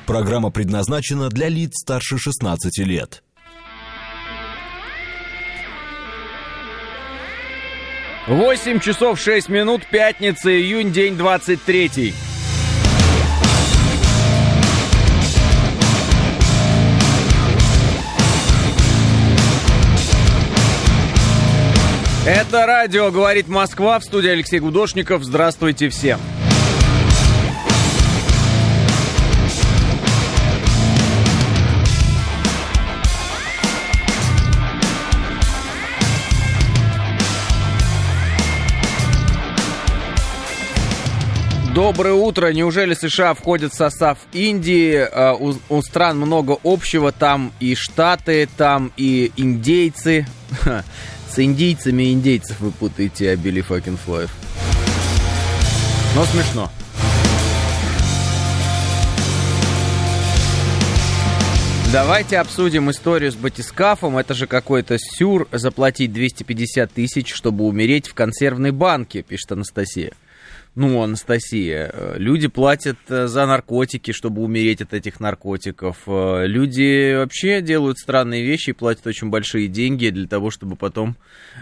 Программа предназначена для лиц старше 16 лет. 8 часов 6 минут, пятница, июнь, день 23. Это радио «Говорит Москва», в студии Алексей Гудошников. Здравствуйте всем. Доброе утро. Неужели США входят в состав Индии? У стран много общего. Там и Штаты, там и индейцы. С индийцами и индейцев вы путаете, Билли Факин Флойв. Но смешно. Давайте обсудим историю с батискафом. Это же какой-то сюр заплатить 250 тысяч, чтобы умереть в консервной банке, пишет Анастасия. Ну, Анастасия, люди платят за наркотики, чтобы умереть от этих наркотиков. Люди вообще делают странные вещи и платят очень большие деньги для того, чтобы потом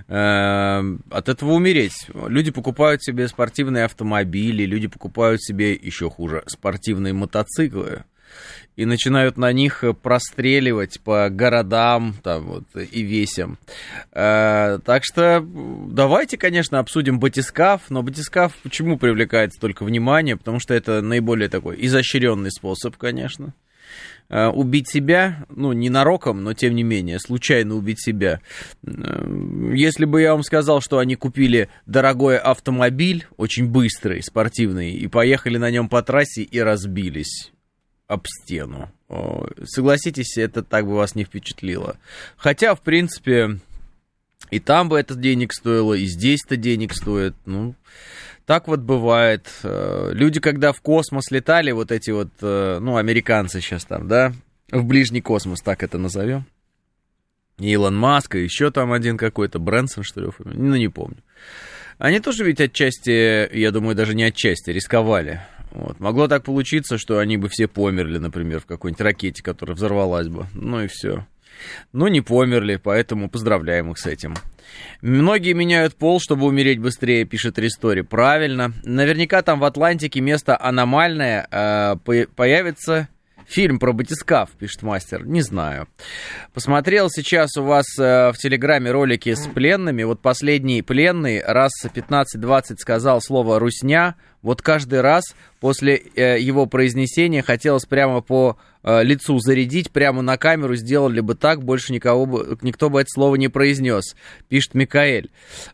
от этого умереть. Люди покупают себе спортивные автомобили, люди покупают себе, еще хуже, спортивные мотоциклы. И начинают на них простреливать по городам там, вот, и весям. Так что давайте, конечно, обсудим батискаф. Но батискаф почему привлекает столько внимания? Потому что это наиболее такой изощренный способ, конечно. Убить себя, ну, ненароком, но тем не менее, случайно убить себя. Если бы я вам сказал, что они купили дорогой автомобиль, очень быстрый, спортивный, и поехали на нем по трассе и разбились об стену. Согласитесь, это так бы вас не впечатлило. Хотя, в принципе, и там бы это денег стоило, и здесь это денег стоит. Ну, так вот бывает. Люди, когда в космос летали, вот эти вот, ну, американцы сейчас там, да, в ближний космос, так это назовем. Илон Маск, и еще там один какой-то, Брэнсон, что ли, ну, не помню. Они тоже ведь отчасти, я думаю, даже не отчасти, рисковали. Вот. Могло так получиться, что они бы все померли, например, в какой-нибудь ракете, которая взорвалась бы. Ну и все. Но не померли, поэтому поздравляем их с этим. Многие меняют пол, чтобы умереть быстрее, пишет Ристори. Правильно. Наверняка там в Атлантике место аномальное. Появится фильм про батискаф, пишет мастер. Не знаю. Посмотрел сейчас у вас в Телеграме ролики с пленными. Вот последний пленный раз 15-20 сказал слово «русня». Вот каждый раз после его произнесения хотелось прямо по лицу зарядить, прямо на камеру сделали бы так, больше никто бы это слово не произнес, пишет Микаэль.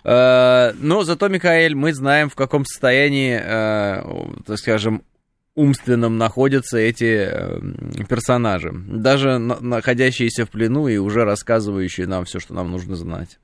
Но зато, Микаэль, мы знаем, в каком состоянии, так скажем, умственном находятся эти персонажи, даже находящиеся в плену и уже рассказывающие нам все, что нам нужно знать.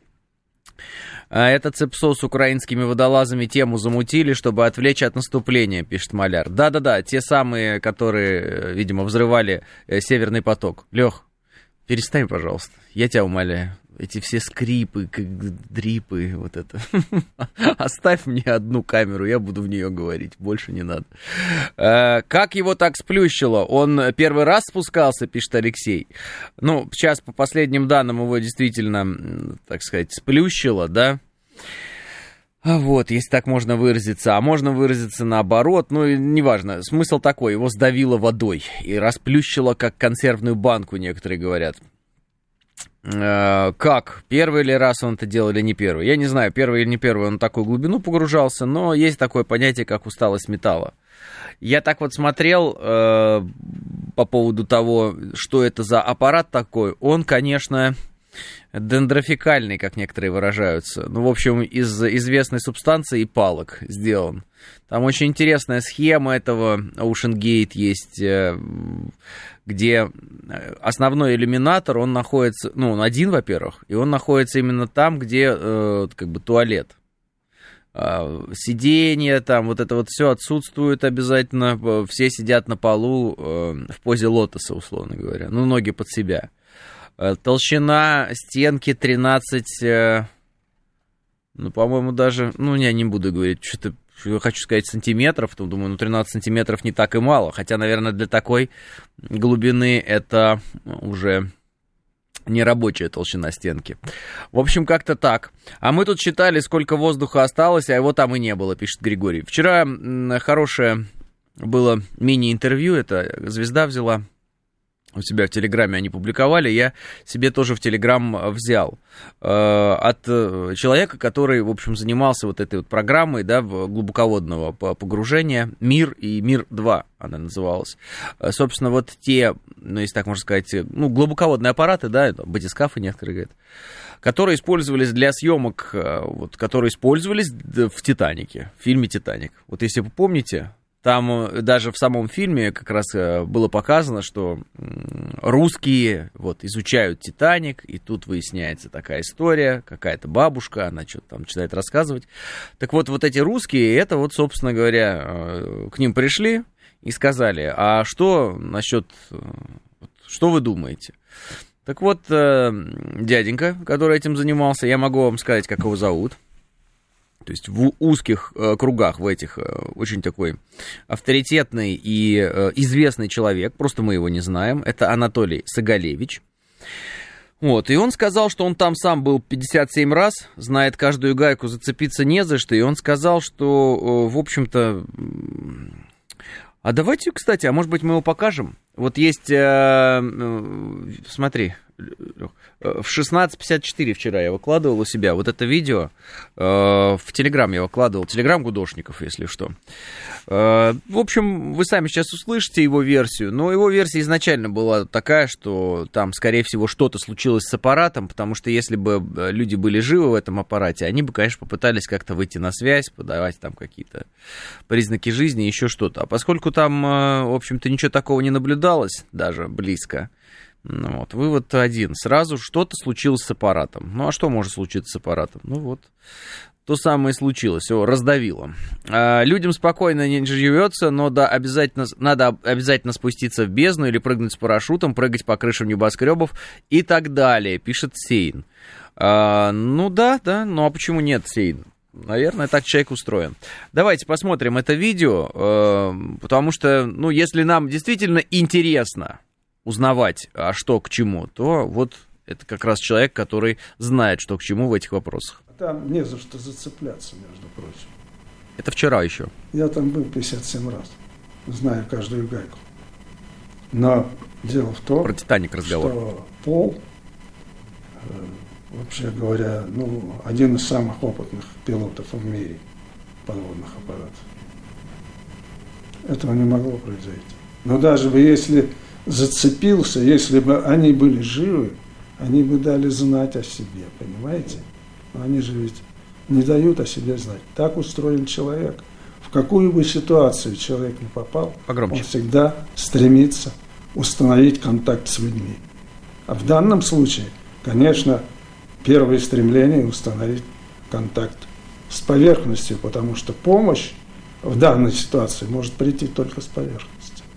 Это ЦЕПСО с украинскими водолазами тему замутили, чтобы отвлечь от наступления, пишет Маляр. Да-да-да, те самые, которые, видимо, взрывали Северный поток. Лех, перестань, пожалуйста, я тебя умоляю. Эти все скрипы, дрипы, вот это. Оставь мне одну камеру, я буду в нее говорить, больше не надо. Как его так сплющило? Он первый раз спускался, пишет Алексей. Ну, сейчас по последним данным его действительно, так сказать, сплющило, да? Вот, если так можно выразиться. А можно выразиться наоборот, ну, неважно. Смысл такой, его сдавило водой и расплющило, как консервную банку, некоторые говорят. Как? Первый ли раз он это делал или не первый? Я не знаю, первый или не первый он в такую глубину погружался, но есть такое понятие, как усталость металла. Я так вот смотрел по поводу того, что это за аппарат такой. Он, конечно, дендрофикальный, как некоторые выражаются. Ну, в общем, из известной субстанции и палок сделан. Там очень интересная схема этого Ocean Gate есть, где основной иллюминатор, он находится, ну, он один, во-первых, и он находится именно там, где, как бы, туалет. Сиденье, там, вот это вот все отсутствует обязательно, все сидят на полу в позе лотоса, условно говоря, ну, ноги под себя. Толщина стенки 13, ну, по-моему, даже, ну, я не буду говорить, что-то я хочу сказать, сантиметров, то думаю, 13 сантиметров не так и мало, хотя, наверное, для такой глубины это уже нерабочая толщина стенки. В общем, как-то так. А мы тут считали, сколько воздуха осталось, а его там и не было, пишет Григорий. Вчера хорошее было мини-интервью, это «Звезда» взяла. У себя в Телеграме они публиковали, я себе тоже в Телеграм взял. От человека, который, в общем, занимался вот этой вот программой, да, глубоководного погружения «Мир» и «Мир-2» она называлась. Собственно, вот те, ну, если так можно сказать, ну, глубоководные аппараты, да, батискафы некоторые говорят, которые использовались для съемок, вот, которые использовались в «Титанике», в фильме «Титаник». Вот если вы помните... Там даже в самом фильме как раз было показано, что русские вот изучают «Титаник», и тут выясняется такая история, какая-то бабушка, она что-то там начинает рассказывать. Так вот, вот эти русские, это вот, собственно говоря, к ним пришли и сказали, а что насчет, что вы думаете? Так вот, дяденька, который этим занимался, я могу вам сказать, как его зовут. То есть в узких кругах, в этих, очень такой авторитетный и известный человек, просто мы его не знаем, это Анатолий Сагалевич. Вот, и он сказал, что он там сам был 57 раз, знает каждую гайку, зацепиться не за что, и он сказал, что, в общем-то... А давайте, кстати, а может быть мы его покажем? Вот есть, смотри... В 16:54 вчера я выкладывал у себя вот это видео, в Телеграм я выкладывал, Телеграм Гудошников, если что. В общем, вы сами сейчас услышите его версию, но его версия изначально была такая, что там, скорее всего, что-то случилось с аппаратом, потому что если бы люди были живы в этом аппарате, они бы, конечно, попытались как-то выйти на связь, подавать там какие-то признаки жизни, еще что-то. А поскольку там, в общем-то, ничего такого не наблюдалось, даже близко, вот, вывод один. Сразу что-то случилось с аппаратом. Ну, а что может случиться с аппаратом? Ну, вот, то самое и случилось. Его раздавило. Людям спокойно не живется, но да, надо обязательно спуститься в бездну или прыгнуть с парашютом, прыгать по крышам небоскребов и так далее, пишет Сейн. Ну, да, ну, а почему нет, Сейн? Наверное, так человек устроен. Давайте посмотрим это видео, потому что, ну, если нам действительно интересно узнавать, а что к чему, то вот это как раз человек, который знает, что к чему в этих вопросах. Там не за что зацепляться, между прочим. Это вчера еще. Я там был 57 раз, знаю каждую гайку. Но дело в том, про «Титаник» разговор, что Пол, вообще говоря, ну, один из самых опытных пилотов в мире подводных аппаратов. Этого не могло произойти. Но даже бы если зацепился, если бы они были живы, они бы дали знать о себе, понимаете? Но они же ведь не дают о себе знать. Так устроен человек. В какую бы ситуацию человек не попал, погромче, он всегда стремится установить контакт с людьми. А в данном случае, конечно, первое стремление установить контакт с поверхностью, потому что помощь в данной ситуации может прийти только с поверхности.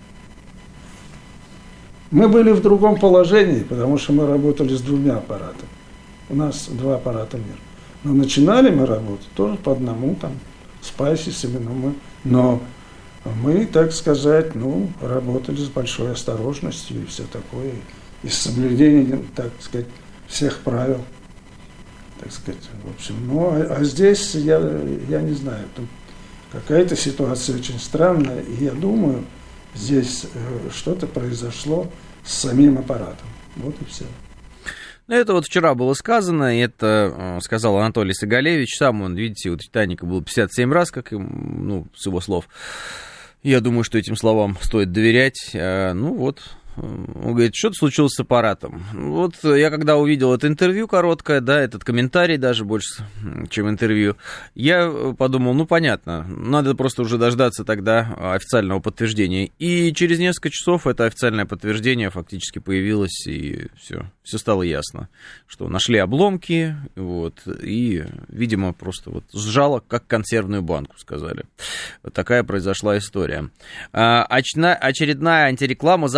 Мы были в другом положении, потому что мы работали с двумя аппаратами. У нас 2 аппарата «Мир». Но начинали мы работать тоже по одному, там, с Пайсисами, но мы, так сказать, ну, работали с большой осторожностью и все такое, и с соблюдением, так сказать, всех правил, так сказать, в общем. Ну, а здесь, я не знаю, тут какая-то ситуация очень странная, и я думаю, здесь что-то произошло с самим аппаратом. Вот и все. Ну, это вот вчера было сказано, и это сказал Анатолий Сагалевич. Сам он, видите, у «Титаника» был 57 раз, как им, ну, с его слов. Я думаю, что этим словам стоит доверять. Ну, вот. Он говорит, что-то случилось с аппаратом. Вот я когда увидел это интервью короткое, да, этот комментарий даже больше, чем интервью, я подумал, ну, понятно, надо просто уже дождаться тогда официального подтверждения. И через несколько часов это официальное подтверждение фактически появилось, и все стало ясно, что нашли обломки, вот, и, видимо, просто вот сжало, как консервную банку, сказали. Вот такая произошла история. Очередная антиреклама западной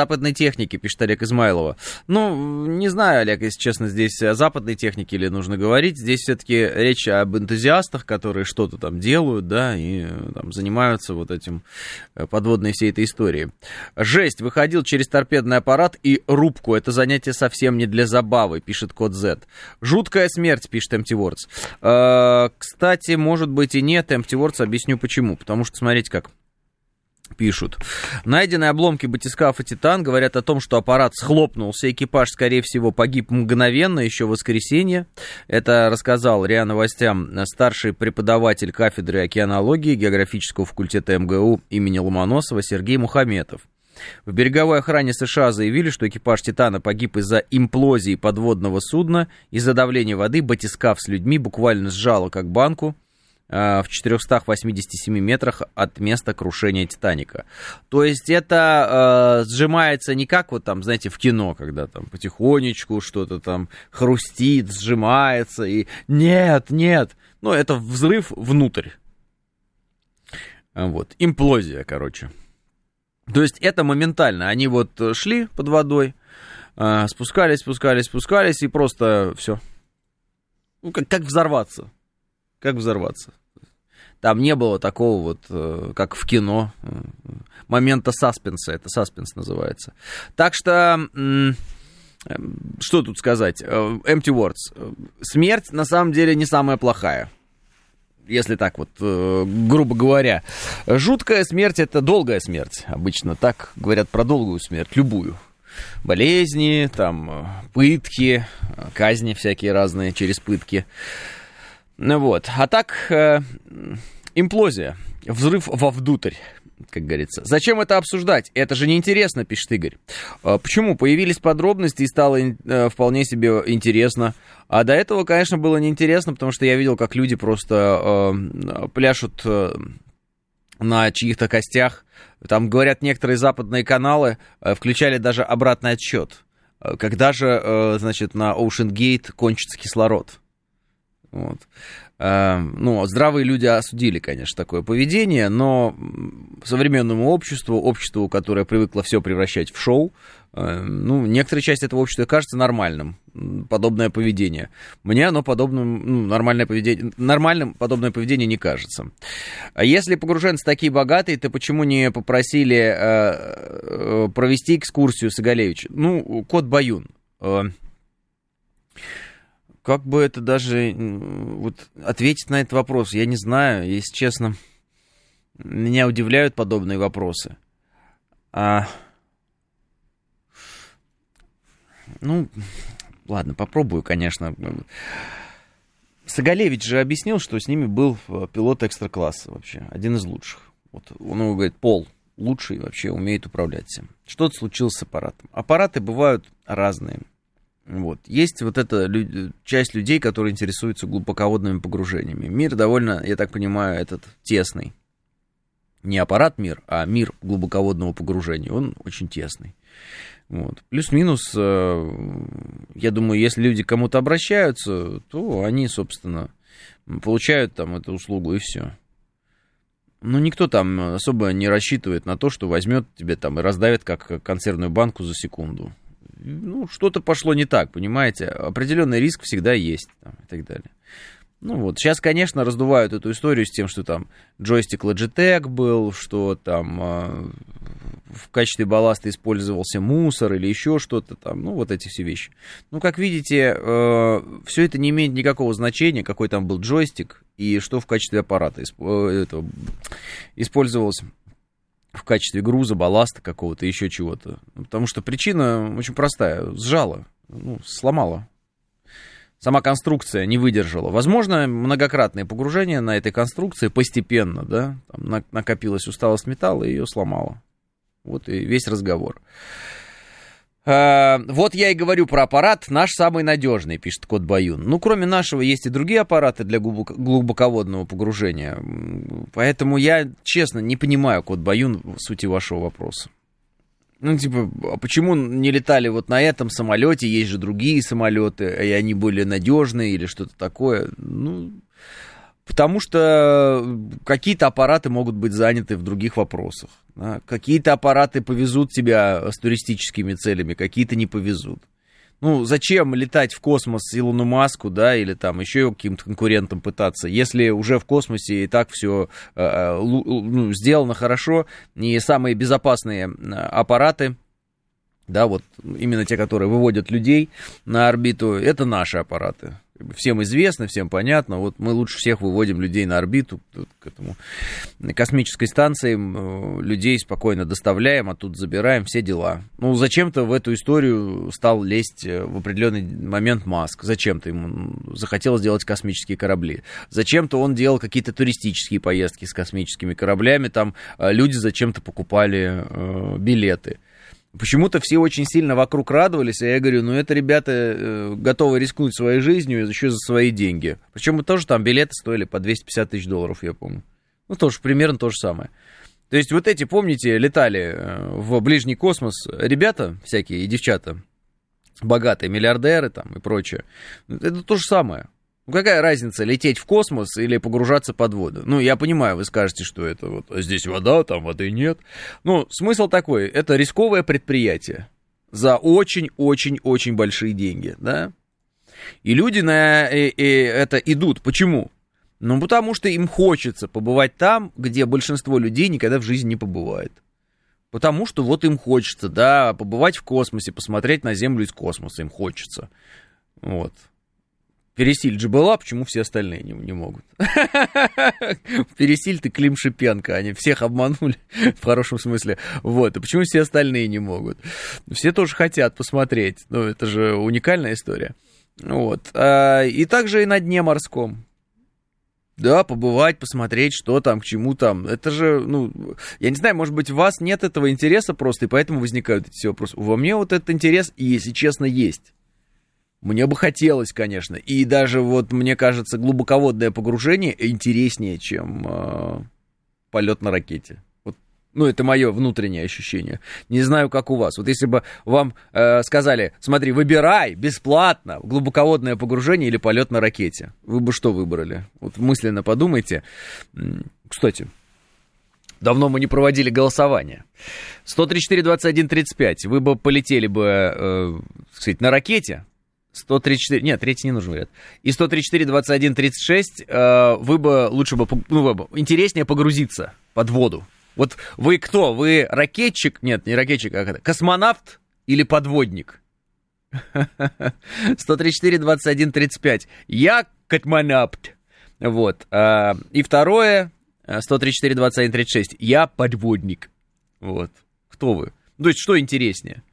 техники, пишет Олег Измайлова. Ну, не знаю, Олег, если честно, здесь о западной технике или нужно говорить. Здесь все-таки речь об энтузиастах, которые что-то там делают, да, и там занимаются вот этим подводной всей этой историей. Жесть, выходил через торпедный аппарат и рубку. Это занятие совсем не для забавы, пишет Код Z. Жуткая смерть, пишет Empty Words. Кстати, может быть и нет, Empty Words, объясню почему. Потому что, смотрите как пишут. Найденные обломки батискафа «Титан» говорят о том, что аппарат схлопнулся. Экипаж, скорее всего, погиб мгновенно, еще в воскресенье. Это рассказал РИА Новостям старший преподаватель кафедры океанологии географического факультета МГУ имени Ломоносова Сергей Мухаметов. В береговой охране США заявили, что экипаж «Титана» погиб из-за имплозии подводного судна. Из-за давления воды батискаф с людьми буквально сжало как банку в 487 метрах от места крушения «Титаника». То есть это сжимается не как вот там, знаете, в кино, когда там потихонечку что-то там хрустит, сжимается и нет, ну это взрыв внутрь. Вот, имплозия, короче. То есть это моментально, они вот шли под водой, спускались и просто все. Ну, как взорваться. Как взорваться. Там не было такого вот, как в кино, момента саспенса, это саспенс называется. Так что, что тут сказать, empty words. Смерть на самом деле не самая плохая, если так вот, грубо говоря. Жуткая смерть — это долгая смерть, обычно так говорят про долгую смерть, любую. Болезни, там, пытки, казни всякие разные через пытки. Вот. А так, имплозия, взрыв вовнутрь, как говорится. Зачем это обсуждать? Это же неинтересно, пишет Игорь. Почему? Появились подробности и стало вполне себе интересно. А до этого, конечно, было неинтересно, потому что я видел, как люди просто пляшут на чьих-то костях. Там, говорят, некоторые западные каналы включали даже обратный отсчет. Когда же, значит, на Ocean Gate кончится кислород? Вот. Ну, здравые люди осудили, конечно, такое поведение, но современному обществу, которое привыкло все превращать в шоу, ну, некоторая часть этого общества кажется нормальным, подобное поведение. Мне оно нормальным подобное поведение не кажется. А если погруженцы такие богатые, то почему не попросили провести экскурсию с Игалевичем? Ну, Кот Баюн. Как бы это даже вот, ответить на этот вопрос, я не знаю, если честно. Меня удивляют подобные вопросы. Ну, ладно, попробую, конечно. Сагалевич же объяснил, что с ними был пилот экстра-класса вообще, один из лучших. Вот, он говорит, Пол лучший вообще умеет управлять всем. Что-то случилось с аппаратом. Аппараты бывают разные. Вот. Есть вот эта часть людей, которые интересуются глубоководными погружениями. Мир довольно, я так понимаю, этот тесный. Не аппарат мир, а мир глубоководного погружения. Он очень тесный. Вот. Плюс-минус, я думаю, если люди к кому-то обращаются, то они, собственно, получают там эту услугу и все. Но никто там особо не рассчитывает на то, что возьмет тебе там и раздавит как консервную банку за секунду. Ну, что-то пошло не так, понимаете? Определенный риск всегда есть там, и так далее. Ну вот, сейчас, конечно, раздувают эту историю с тем, что там джойстик Logitech был, что там в качестве балласта использовался мусор или еще что-то там, ну вот эти все вещи. Ну, как видите, все это не имеет никакого значения, какой там был джойстик и что в качестве аппарата использовалось. В качестве груза, балласта какого-то, еще чего-то. Потому что причина очень простая. Сжала, сломала. Сама конструкция не выдержала. Возможно, многократное погружение на этой конструкции постепенно, да, там накопилась усталость металла и ее сломала. Вот и весь разговор. Вот я и говорю про аппарат, наш самый надежный, пишет Кот Баюн. Ну, кроме нашего, есть и другие аппараты для глубоководного погружения. Поэтому я, честно, не понимаю, Кот Баюн, сути вашего вопроса. Ну, типа, а почему не летали вот на этом самолете? Есть же другие самолеты, и они более надежные или что-то такое. Ну, потому что какие-то аппараты могут быть заняты в других вопросах. Да? Какие-то аппараты повезут тебя с туристическими целями, какие-то не повезут. Ну, зачем летать в космос Илону Маску, да, или там еще каким-то конкурентам пытаться, если уже в космосе и так все сделано хорошо, и самые безопасные аппараты, да, вот именно те, которые выводят людей на орбиту, это наши аппараты. Всем известно, всем понятно, вот мы лучше всех выводим людей на орбиту, к этому космической станции, людей спокойно доставляем, а тут забираем, все дела. Ну, зачем-то в эту историю стал лезть в определенный момент Маск, зачем-то ему захотелось делать космические корабли, зачем-то он делал какие-то туристические поездки с космическими кораблями, там люди зачем-то покупали билеты. Почему-то все очень сильно вокруг радовались, а я говорю, ну это ребята готовы рискнуть своей жизнью еще за свои деньги. Причем тоже там билеты стоили по $250 тысяч, я помню. Ну тоже примерно то же самое. То есть вот эти, помните, летали в ближний космос ребята всякие и девчата, богатые, миллиардеры там и прочее. Это то же самое. Ну, какая разница, лететь в космос или погружаться под воду? Ну, я понимаю, вы скажете, что это вот здесь вода, там воды нет. Ну, смысл такой, это рисковое предприятие за очень-очень-очень большие деньги, да? И люди на это идут. Почему? Ну, потому что им хочется побывать там, где большинство людей никогда в жизни не побывает. Потому что вот им хочется, да, побывать в космосе, посмотреть на Землю из космоса им хочется. Вот. Пересиль же была, почему все остальные не могут? Пересиль ты Клим Шипенко, они всех обманули, в хорошем смысле. Вот, и почему все остальные не могут? Все тоже хотят посмотреть, ну, это же уникальная история. Вот, и также и на дне морском. Да, побывать, посмотреть, что там, к чему там. Это же, ну, я не знаю, может быть, у вас нет этого интереса просто, и поэтому возникают эти все вопросы. Во мне вот этот интерес, и, если честно, есть. Мне бы хотелось, конечно, и даже вот, мне кажется, глубоководное погружение интереснее, чем полет на ракете. Вот, ну, это мое внутреннее ощущение. Не знаю, как у вас. Вот если бы вам сказали, смотри, выбирай бесплатно глубоководное погружение или полет на ракете, вы бы что выбрали? Вот мысленно подумайте. Кстати, давно мы не проводили голосование. 134-21-35. Вы бы полетели бы, так сказать, на ракете. 134, нет, третий не нужен вариант. И 134-21-36, вы бы лучше бы, ну, вы бы интереснее погрузиться под воду. Вот вы кто? Вы ракетчик? Нет, не ракетчик, а космонавт или подводник? 134-21-35. Я космонавт. Вот. И второе, 134-21-36. Я подводник. Вот. Кто вы? То есть, что интереснее?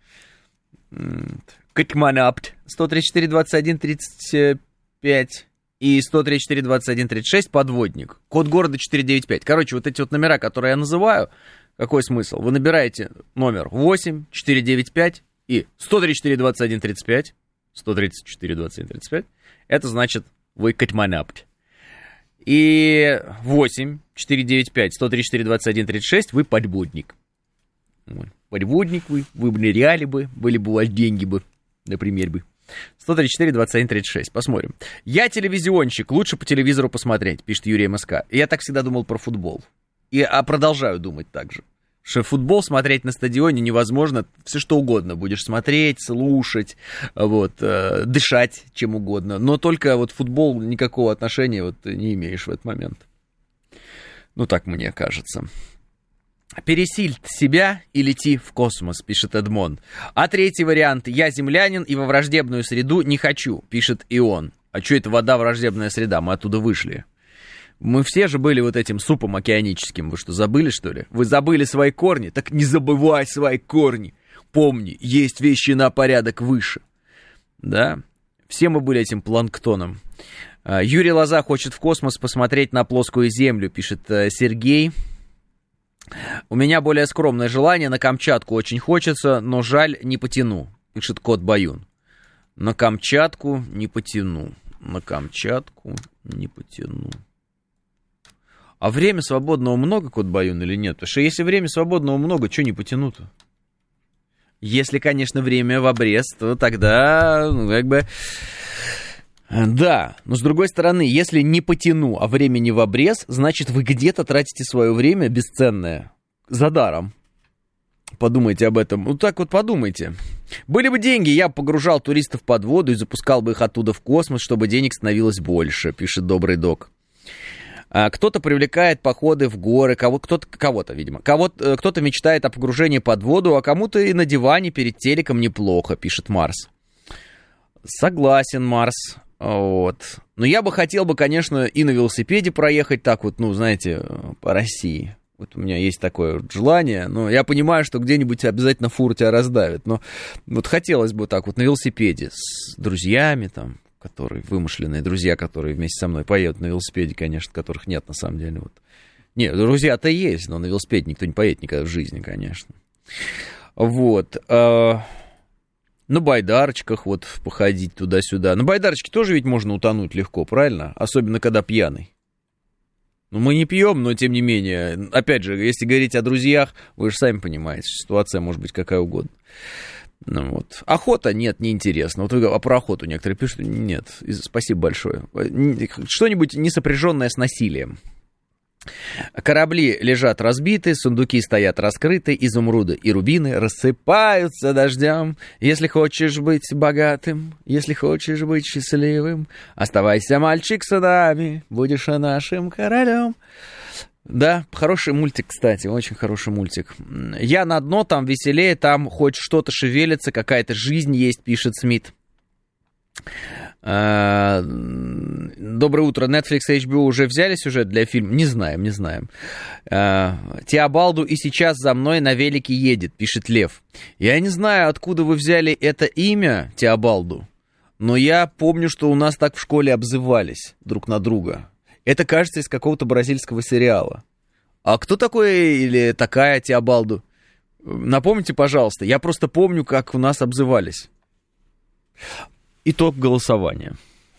Космонавт 134-21-35 и 134-21-36 подводник. Код города 495. Короче, вот эти вот номера, которые я называю, какой смысл? Вы набираете номер 8, 495 и 134-21-35. 134-21-35. Это значит, вы космонавт. И 8, 495, 134-21-36, вы подводник. Подводник вы бы ныряли бы, были бы у вас деньги бы. Например, бы. 134-21-36. Посмотрим. Я телевизионщик, лучше по телевизору посмотреть, пишет Юрий МСК. Я так всегда думал про футбол. Продолжаю думать так же. Что футбол смотреть на стадионе невозможно. Все что угодно. Будешь смотреть, слушать, вот, дышать чем угодно. Но только вот футбол никакого отношения вот не имеешь в этот момент. Ну, так мне кажется. Пересиль себя и лети в космос, пишет Эдмон. А третий вариант. Я землянин и во враждебную среду не хочу, пишет Ион. А что это вода враждебная среда? Мы оттуда вышли. Мы все же были вот этим супом океаническим. Вы что, забыли, что ли? Вы забыли свои корни? Так не забывай свои корни. Помни, есть вещи на порядок выше. Да? Все мы были этим планктоном. Юрий Лоза хочет в космос посмотреть на плоскую землю, пишет Сергей. У меня более скромное желание, на Камчатку очень хочется, но жаль, не потяну, пишет Кот Баюн. На Камчатку не потяну, на Камчатку не потяну. А время свободного много, Кот Баюн, или нет? Потому что если время свободного много, что не потяну-то? Если, конечно, время в обрез, то тогда, ну, как бы... Да, но с другой стороны, если не потяну, а времени в обрез, значит, вы где-то тратите свое время бесценное за даром. Подумайте об этом. Ну, так вот подумайте. Были бы деньги, я бы погружал туристов под воду и запускал бы их оттуда в космос, чтобы денег становилось больше, пишет добрый док. Кто-то привлекает походы в горы, кого-то, видимо. Кто-то мечтает о погружении под воду, а кому-то и на диване перед телеком неплохо, пишет Марс. Согласен, Марс. Вот. Но я бы хотел, конечно, и на велосипеде проехать так вот, ну, знаете, по России. Вот у меня есть такое вот желание, но я понимаю, что где-нибудь обязательно фура тебя раздавит. Но вот хотелось бы так вот на велосипеде с друзьями там, которые вымышленные друзья, которые вместе со мной поедут на велосипеде, конечно, которых нет на самом деле. Вот. Нет, друзья-то есть, но на велосипеде никто не поедет никогда в жизни, конечно. Вот. На байдарочках вот походить туда-сюда. На байдарочке тоже ведь можно утонуть легко, правильно? Особенно, когда пьяный. Ну, мы не пьем, но тем не менее. Опять же, если говорить о друзьях, вы же сами понимаете, ситуация может быть какая угодно. Ну, вот. Охота? Нет, неинтересно. Вот вы про охоту некоторые пишут. Нет, спасибо большое. Что-нибудь не сопряженное с насилием. Корабли лежат разбиты, сундуки стоят раскрыты, изумруды и рубины рассыпаются дождем. Если хочешь быть богатым, если хочешь быть счастливым, оставайся, мальчик, с нами, будешь нашим королем. Да, хороший мультик, кстати, очень хороший мультик. Я на дно, там веселее, там хоть что-то шевелится, какая-то жизнь есть, пишет Смит. Доброе утро. Netflix и HBO уже взяли сюжет для фильма? Не знаем. Теобалду и сейчас за мной на велике едет, пишет Лев. Я не знаю, откуда вы взяли это имя, Теобалду, но я помню, что у нас так в школе обзывались друг на друга. Это, кажется, из какого-то бразильского сериала. А кто такой или такая Теобалду? Напомните, пожалуйста. Я просто помню, как у нас обзывались. Итог голосования.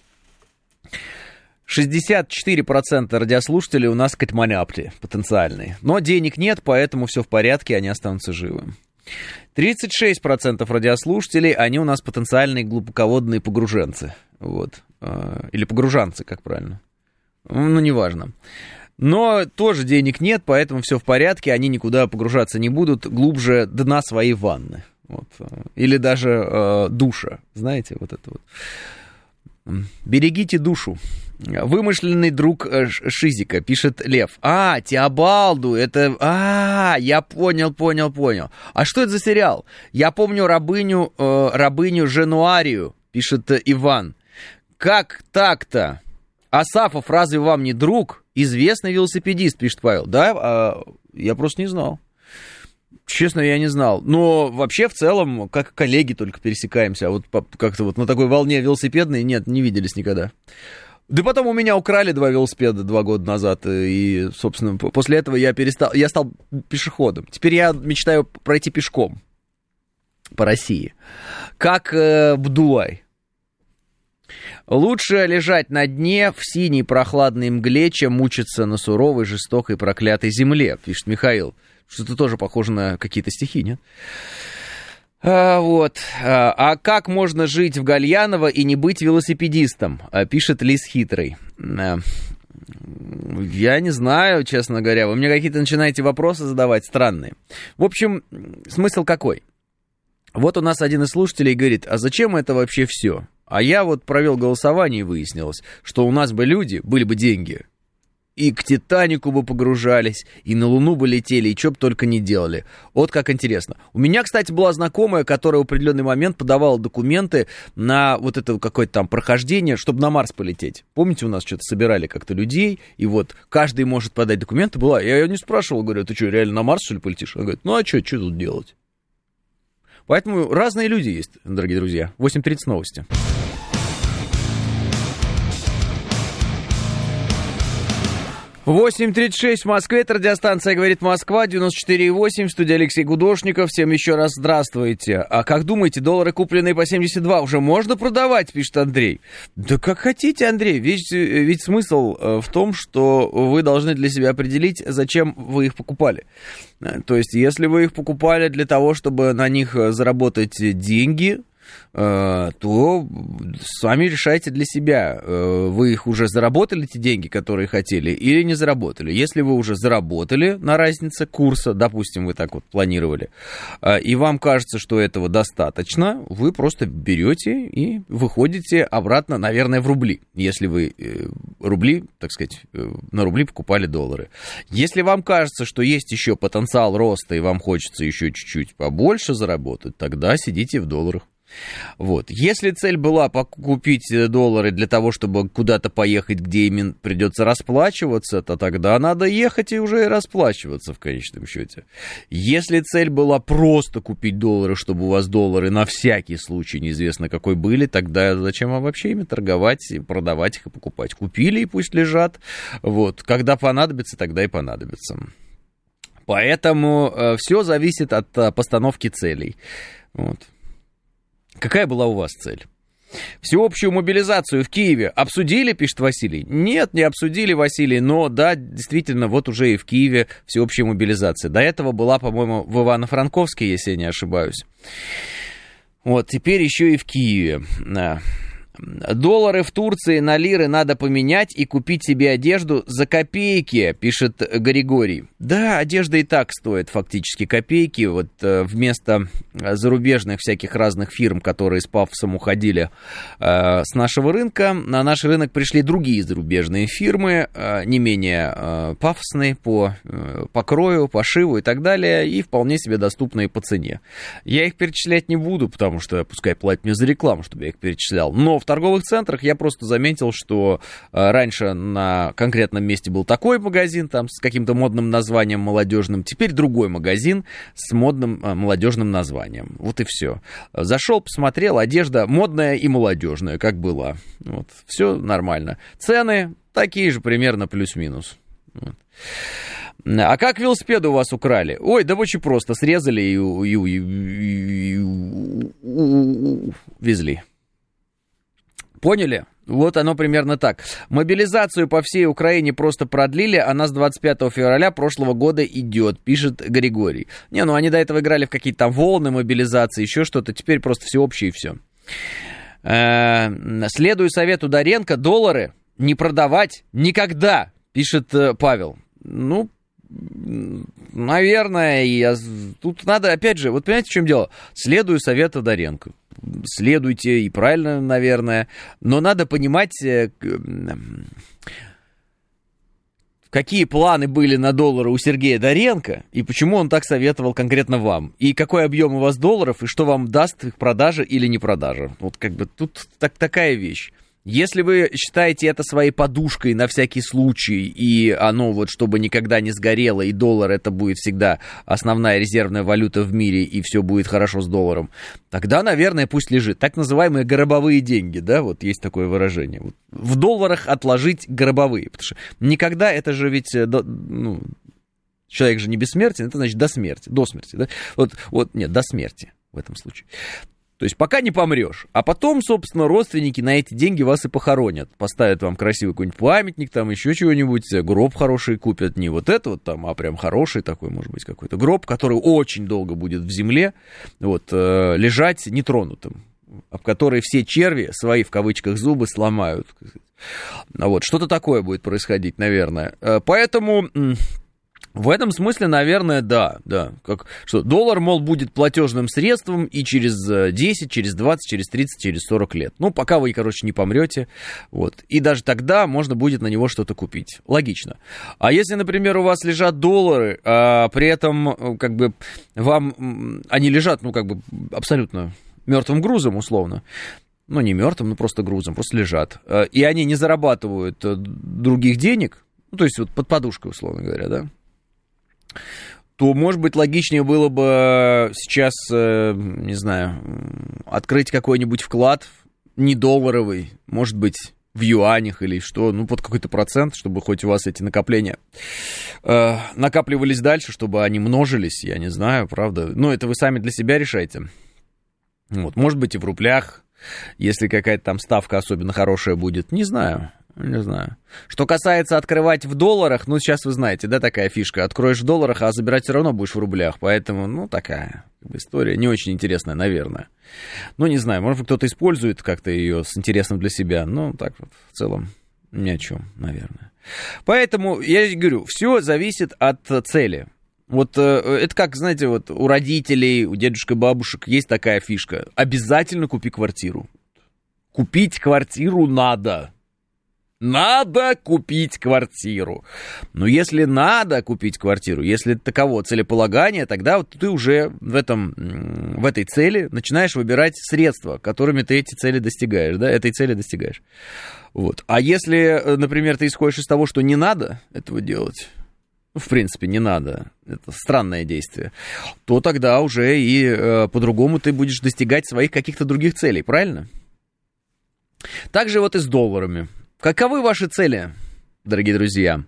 64% радиослушателей у нас катманяпли потенциальные. Но денег нет, поэтому все в порядке, они останутся живы. 36% радиослушателей, они у нас потенциальные глубоководные погруженцы. Вот. Или погружанцы, как правильно. Ну, неважно. Но тоже денег нет, поэтому все в порядке, они никуда погружаться не будут глубже дна своей ванны. Вот. Или даже душа, знаете, вот это вот. Берегите душу. Вымышленный друг Шизика, пишет Лев. Теобалду, это... я понял. А что это за сериал? Я помню рабыню Жануарию, пишет Иван. Как так-то? Асафов разве вам не друг? Известный велосипедист, пишет Павел. Да, я просто не знал. Честно, я не знал. Но вообще, в целом, как коллеги только пересекаемся. А вот как-то вот на такой волне велосипедной, нет, не виделись никогда. Да потом у меня украли 2 велосипеда 2 года назад. И, собственно, после этого я стал пешеходом. Теперь я мечтаю пройти пешком по России. Как Бдулай. Лучше лежать на дне в синей прохладной мгле, чем мучиться на суровой, жестокой, проклятой земле, пишет Михаил. Что-то тоже похоже на какие-то стихи, нет? Вот. А как можно жить в Гальяново и не быть велосипедистом? Пишет Лис Хитрый. Я не знаю, честно говоря. Вы мне какие-то начинаете вопросы задавать странные. В общем, смысл какой? Вот у нас один из слушателей говорит, а зачем это вообще все? А я вот провел голосование и выяснилось, что у нас бы люди, были бы деньги, и к Титанику бы погружались, и на Луну бы летели, и что бы только не делали. Вот как интересно. У меня, кстати, была знакомая, которая в определенный момент подавала документы на вот это какое-то там прохождение, чтобы на Марс полететь. Помните, у нас что-то собирали как-то людей, и вот каждый может подать документы. Я ее не спрашивал, говорю, ты что, реально на Марс, что ли, полетишь? Она говорит, ну а что тут делать? Поэтому разные люди есть, дорогие друзья. 8:30 новости. 8:36 в Москве, это радиостанция «Говорит Москва», 94,8, в студии Алексей Гудошников. Всем еще раз здравствуйте. А как думаете, доллары, купленные по 72, уже можно продавать, пишет Андрей? Да как хотите, Андрей, ведь смысл в том, что вы должны для себя определить, зачем вы их покупали. То есть, если вы их покупали для того, чтобы на них заработать деньги, то сами решайте для себя, вы их уже заработали, эти деньги, которые хотели, или не заработали. Если вы уже заработали на разнице курса, допустим, вы так вот планировали, и вам кажется, что этого достаточно, вы просто берете и выходите обратно, наверное, в рубли, если вы рубли, так сказать, на рубли покупали доллары. Если вам кажется, что есть еще потенциал роста, и вам хочется еще чуть-чуть побольше заработать, тогда сидите в долларах. Вот. Если цель была купить доллары для того, чтобы куда-то поехать, где им придется расплачиваться, то тогда надо ехать и уже расплачиваться в конечном счете. Если цель была просто купить доллары, чтобы у вас доллары на всякий случай неизвестно какой были, тогда зачем вам вообще ими торговать, продавать их и покупать? Купили и пусть лежат. Вот. Когда понадобится, тогда и понадобится. Поэтому все зависит от постановки целей. Вот. Какая была у вас цель? Всеобщую мобилизацию в Киеве обсудили, пишет Василий? Нет, не обсудили, Василий, но да, действительно, вот уже и в Киеве всеобщая мобилизация. До этого была, по-моему, в Ивано-Франковске, если я не ошибаюсь. Вот, теперь еще и в Киеве. Доллары в Турции на лиры надо поменять и купить себе одежду за копейки, пишет Григорий. Да, одежда и так стоит фактически копейки. Вот вместо зарубежных всяких разных фирм, которые с пафосом уходили с нашего рынка, на наш рынок пришли другие зарубежные фирмы, не менее пафосные по покрою, пошиву и так далее, и вполне себе доступные по цене. Я их перечислять не буду, потому что пускай платят мне за рекламу, чтобы я их перечислял. Но в торговых центрах я просто заметил, что раньше на конкретном месте был такой магазин, там с каким-то модным названием молодежным, теперь другой магазин с модным молодежным названием. Вот и все. Зашел, посмотрел, одежда модная и молодежная, как была. Вот. Все нормально. Цены такие же примерно плюс-минус. Вот. А как велосипеды у вас украли? Ой, да очень просто. Срезали и везли. Поняли? Вот оно примерно так. Мобилизацию по всей Украине просто продлили, она с 25 февраля прошлого года идет, пишет Григорий. Не, ну они до этого играли в какие-то там волны мобилизации, еще что-то, теперь просто всеобщее и все. Следую совету Доренко, доллары не продавать никогда, пишет Павел. Ну, наверное, тут надо, опять же, вот понимаете, в чем дело? Следую совету Доренко. Следуйте, и правильно, наверное, но надо понимать, какие планы были на доллары у Сергея Доренко, и почему он так советовал конкретно вам, и какой объем у вас долларов, и что вам даст их продажа или не продажа. Вот как бы тут такая вещь. Если вы считаете это своей подушкой на всякий случай, и оно вот чтобы никогда не сгорело, и доллар это будет всегда основная резервная валюта в мире, и все будет хорошо с долларом, тогда, наверное, пусть лежит. Так называемые гробовые деньги, да, вот есть такое выражение. Вот в долларах отложить гробовые, потому что никогда это же ведь, ну, человек же не бессмертен, это значит до смерти, да, нет, до смерти в этом случае. То есть пока не помрешь, а потом, собственно, родственники на эти деньги вас и похоронят. Поставят вам красивый какой-нибудь памятник, там еще чего-нибудь, гроб хороший купят, не вот это вот там, а прям хороший такой, может быть, какой-то гроб, который очень долго будет в земле, вот, лежать нетронутым, об который все черви свои, в кавычках, зубы сломают. Вот, что-то такое будет происходить, наверное. Поэтому... В этом смысле, наверное, да, как, что доллар, мол, будет платежным средством и через 10, через 20, через 30, через 40 лет. Ну, пока вы, короче, не помрете, вот. И даже тогда можно будет на него что-то купить. Логично. А если, например, у вас лежат доллары, а при этом, как бы, вам они лежат, ну, как бы, абсолютно мертвым грузом, условно, ну, не мертвым, но просто грузом, просто лежат, и они не зарабатывают других денег, ну, то есть вот под подушкой, условно говоря, да, то, может быть, логичнее было бы сейчас, не знаю, открыть какой-нибудь вклад недолларовый, может быть, в юанях или что, ну, под какой-то процент, чтобы хоть у вас эти накопления накапливались дальше, чтобы они множились, я не знаю, правда. Но это вы сами для себя решайте. Вот, может быть, и в рублях, если какая-то там ставка особенно хорошая будет, не знаю. Не знаю. Что касается открывать в долларах, ну, сейчас вы знаете, да, такая фишка. Откроешь в долларах, а забирать все равно будешь в рублях. Поэтому, ну, такая история не очень интересная, наверное. Ну, не знаю, может, кто-то использует как-то ее с интересным для себя. Ну, так вот, в целом, ни о чем, наверное. Поэтому, я говорю, все зависит от цели. Вот это как, знаете, вот у родителей, у дедушек и бабушек есть такая фишка. Обязательно купи квартиру. Купить квартиру надо. Надо купить квартиру. Но если надо купить квартиру, если таково целеполагание, тогда вот ты уже в этой цели начинаешь выбирать средства, которыми ты эти цели достигаешь, да, этой цели достигаешь. Вот. А если, например, ты исходишь из того, что не надо этого делать, ну, в принципе, не надо, это странное действие, то тогда уже и по-другому ты будешь достигать своих каких-то других целей, правильно? Также вот и с долларами. Каковы ваши цели, дорогие друзья?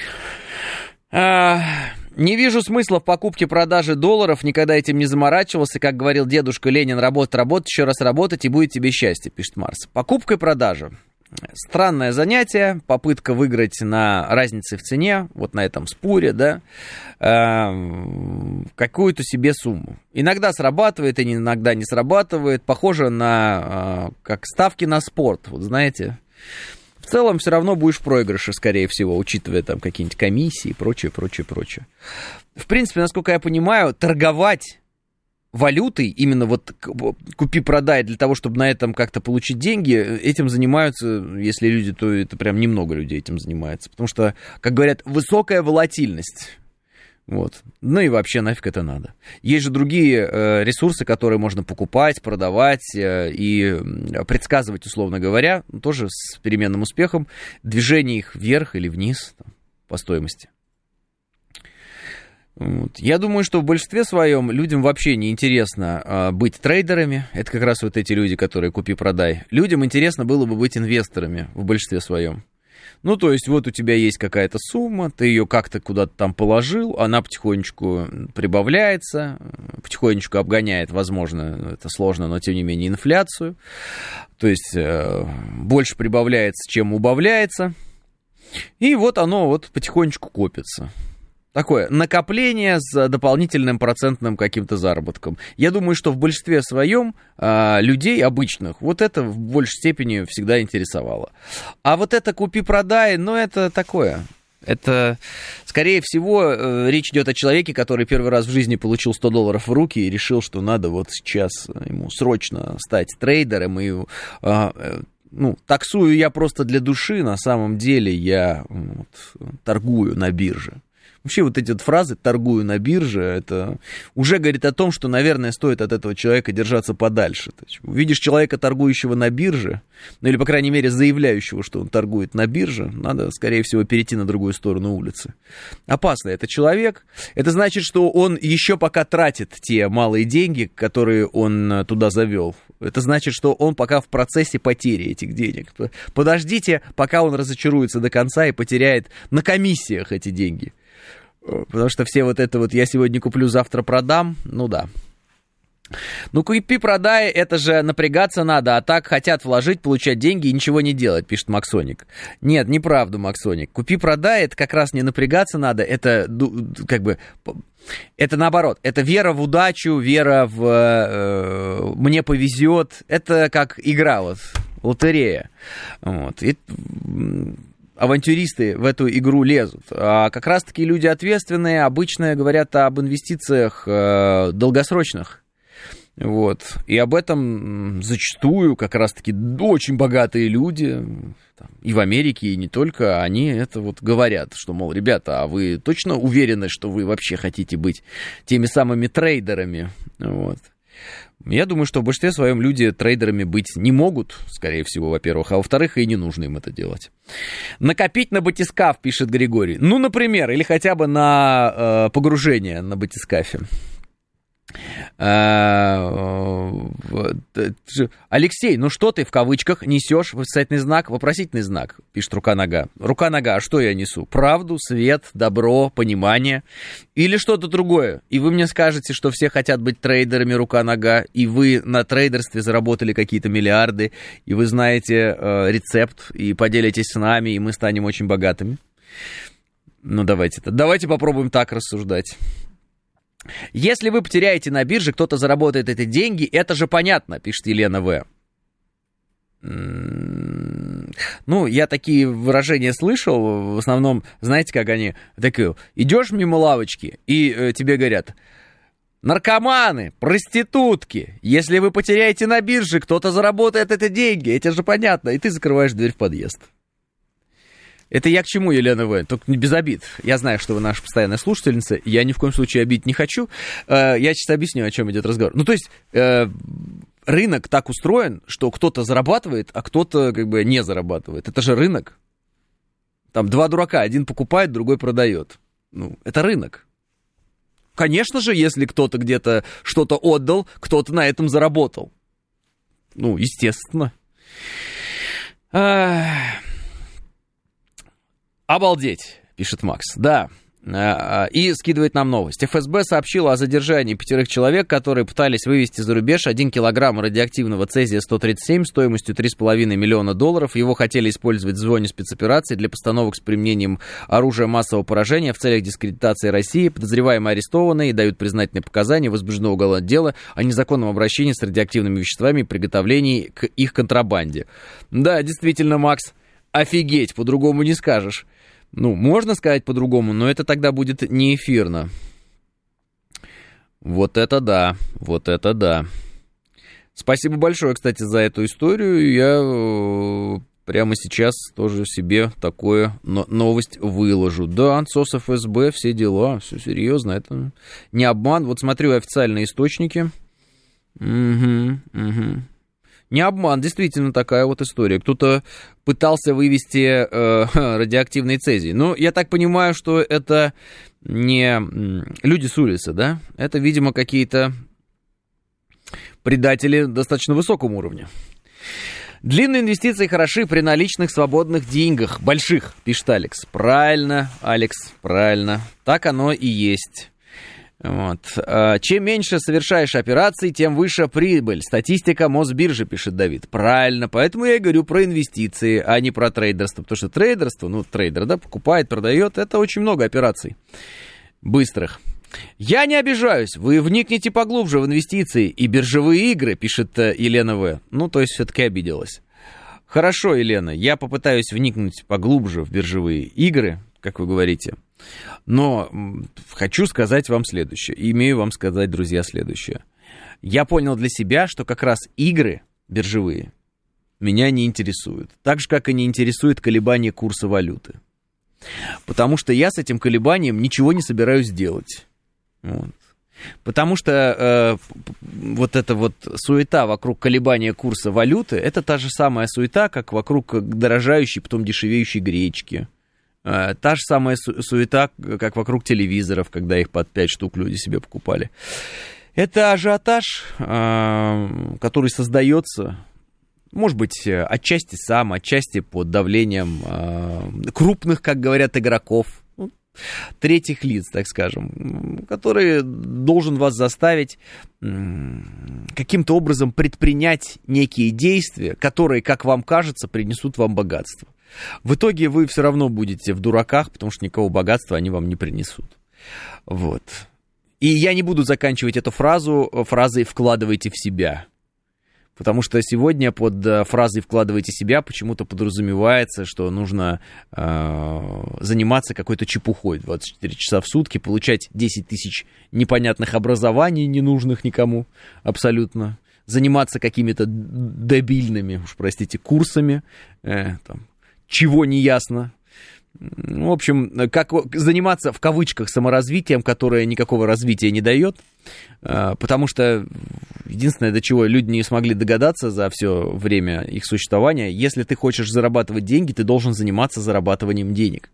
Не вижу смысла в покупке-продаже долларов, никогда этим не заморачивался. Как говорил дедушка Ленин, работать, еще раз работать, и будет тебе счастье, пишет Марс. Покупка и продажа. Странное занятие, попытка выиграть на разнице в цене, вот на этом споре, да, какую-то себе сумму. Иногда срабатывает, и иногда не срабатывает. Похоже на как ставки на спорт, вот знаете. В целом все равно будешь в проигрыше, скорее всего, учитывая там какие-нибудь комиссии и прочее. В принципе, насколько я понимаю, торговать валютой, именно вот купи-продай для того, чтобы на этом как-то получить деньги, этим занимаются, если люди, то это прям немного людей этим занимается. Потому что, как говорят, высокая волатильность. Вот. Ну и вообще нафиг это надо. Есть же другие ресурсы, которые можно покупать, продавать и предсказывать, условно говоря, тоже с переменным успехом, движение их вверх или вниз там, по стоимости. Вот. Я думаю, что в большинстве своем людям вообще не интересно быть трейдерами. Это как раз вот эти люди, которые купи-продай. Людям интересно было бы быть инвесторами в большинстве своем. Ну, то есть, вот у тебя есть какая-то сумма, ты ее как-то куда-то там положил, она потихонечку прибавляется, потихонечку обгоняет, возможно, это сложно, но тем не менее, инфляцию. То есть, больше прибавляется, чем убавляется. И вот оно вот потихонечку копится. Такое накопление с дополнительным процентным каким-то заработком. Я думаю, что в большинстве своем людей обычных вот это в большей степени всегда интересовало. А вот это купи-продай, ну это такое. Это, скорее всего, речь идет о человеке, который первый раз в жизни получил $100 в руки и решил, что надо вот сейчас ему срочно стать трейдером. И, таксую я просто для души, на самом деле я торгую на бирже. Вообще вот эти вот фразы «торгую на бирже», это уже говорит о том, что, наверное, стоит от этого человека держаться подальше. То есть, увидишь человека, торгующего на бирже, ну или, по крайней мере, заявляющего, что он торгует на бирже, надо, скорее всего, перейти на другую сторону улицы. Опасный это человек. Это значит, что он еще пока тратит те малые деньги, которые он туда завел. Это значит, что он пока в процессе потери этих денег. Подождите, пока он разочаруется до конца и потеряет на комиссиях эти деньги. Потому что все вот это вот «я сегодня куплю, завтра продам», ну да. Ну, купи-продай, это же напрягаться надо, а так хотят вложить, получать деньги и ничего не делать, пишет Максоник. Нет, неправда, Максоник. Купи-продай, это как раз не напрягаться надо, это как бы... Это наоборот, это вера в удачу, вера в «мне повезет», это как игра, вот, лотерея. Вот. И авантюристы в эту игру лезут. А как раз-таки люди ответственные обычно говорят об инвестициях долгосрочных. Вот. И об этом зачастую как раз-таки очень богатые люди, и в Америке, и не только, они это вот говорят, что, мол, ребята, а вы точно уверены, что вы вообще хотите быть теми самыми трейдерами? Вот. Я думаю, что в большинстве своем люди трейдерами быть не могут, скорее всего, во-первых, а во-вторых, и не нужно им это делать. Накопить на батискаф, пишет Григорий. Ну, например, или хотя бы на погружение на батискафе. Алексей, ну что ты в кавычках несешь? Восклицательный знак, вопросительный знак, пишет Рука-нога. Рука-нога, а что я несу? Правду, свет, добро, понимание или что-то другое? И вы мне скажете, что все хотят быть трейдерами, Рука-нога, и вы на трейдерстве заработали какие-то миллиарды, и вы знаете рецепт, и поделитесь с нами, и мы станем очень богатыми. Ну давайте попробуем так рассуждать. Если вы потеряете на бирже, кто-то заработает эти деньги, это же понятно, пишет Елена В. Ну, я такие выражения слышал, в основном, знаете, как они, такие, идешь мимо лавочки, и тебе говорят, наркоманы, проститутки, если вы потеряете на бирже, кто-то заработает эти деньги, это же понятно, и ты закрываешь дверь в подъезд. Это я к чему, Елена В? Только не без обид. Я знаю, что вы наша постоянная слушательница. Я ни в коем случае обидеть не хочу. Я сейчас объясню, о чем идет разговор. Ну, то есть, рынок так устроен, что кто-то зарабатывает, а кто-то как бы не зарабатывает. Это же рынок. Там два дурака. Один покупает, другой продает. Ну, это рынок. Конечно же, если кто-то где-то что-то отдал, кто-то на этом заработал. Ну, естественно. Обалдеть, пишет Макс. Да. И скидывает нам новость. ФСБ сообщила о задержании 5 человек, которые пытались вывести за рубеж 1 килограмм радиоактивного цезия-137 стоимостью $3,5 миллиона. Его хотели использовать в зоне спецоперации для постановок с применением оружия массового поражения в целях дискредитации России. Подозреваемые арестованы и дают признательные показания. Возбуждено уголовное дело о незаконном обращении с радиоактивными веществами и приготовлении к их контрабанде. Да, действительно, Макс, офигеть, по-другому не скажешь. Ну, можно сказать по-другому, но это тогда будет не эфирно. Вот это да, вот это да. Спасибо большое, кстати, за эту историю. Я прямо сейчас тоже себе такую новость выложу. Да, СОС ФСБ, все дела, все серьезно, это не обман. Вот смотрю официальные источники. Не обман, действительно такая вот история. Кто-то пытался вывести радиоактивный цезий. Но я так понимаю, что это не люди с улицы, да? Это, видимо, какие-то предатели достаточно высокого уровня. Длинные инвестиции хороши при наличных свободных деньгах. Больших, пишет Алекс. Правильно, Алекс, правильно. Так оно и есть. Вот. Чем меньше совершаешь операций, тем выше прибыль. Статистика Мосбиржи, пишет Давид. Правильно, поэтому я и говорю про инвестиции, а не про трейдерство. Потому что трейдерство, ну, трейдер, да, покупает, продает, это очень много операций быстрых. Я не обижаюсь, вы вникните поглубже в инвестиции и биржевые игры, пишет Елена В. Ну, то есть все-таки обиделась. Хорошо, Елена, я попытаюсь вникнуть поглубже в биржевые игры, как вы говорите. Но хочу сказать вам следующее, имею вам сказать, друзья, следующее. Я понял для себя, что как раз игры биржевые меня не интересуют. Так же, как и не интересует колебание курса валюты. Потому что я с этим колебанием ничего не собираюсь делать. Вот. Потому что вот эта вот суета вокруг колебания курса валюты, это та же самая суета, как вокруг дорожающей, потом дешевеющей гречки. Та же самая суета, как вокруг телевизоров, когда их под 5 штук люди себе покупали. Это ажиотаж, который создается, может быть, отчасти сам, отчасти под давлением крупных, как говорят, игроков, третьих лиц, так скажем, который должен вас заставить каким-то образом предпринять некие действия, которые, как вам кажется, принесут вам богатство. В итоге вы все равно будете в дураках, потому что никакого богатства они вам не принесут. Вот. И я не буду заканчивать эту фразу фразой «вкладывайте в себя». Потому что сегодня под фразой «вкладывайте в себя» почему-то подразумевается, что нужно заниматься какой-то чепухой 24 часа в сутки, получать 10 тысяч непонятных образований, ненужных никому абсолютно, заниматься какими-то дебильными, уж простите, курсами, там, чего не ясно, В общем, как заниматься, в кавычках, саморазвитием, которое никакого развития не дает, потому что единственное, до чего люди не смогли догадаться за все время их существования, если ты хочешь зарабатывать деньги, ты должен заниматься зарабатыванием денег.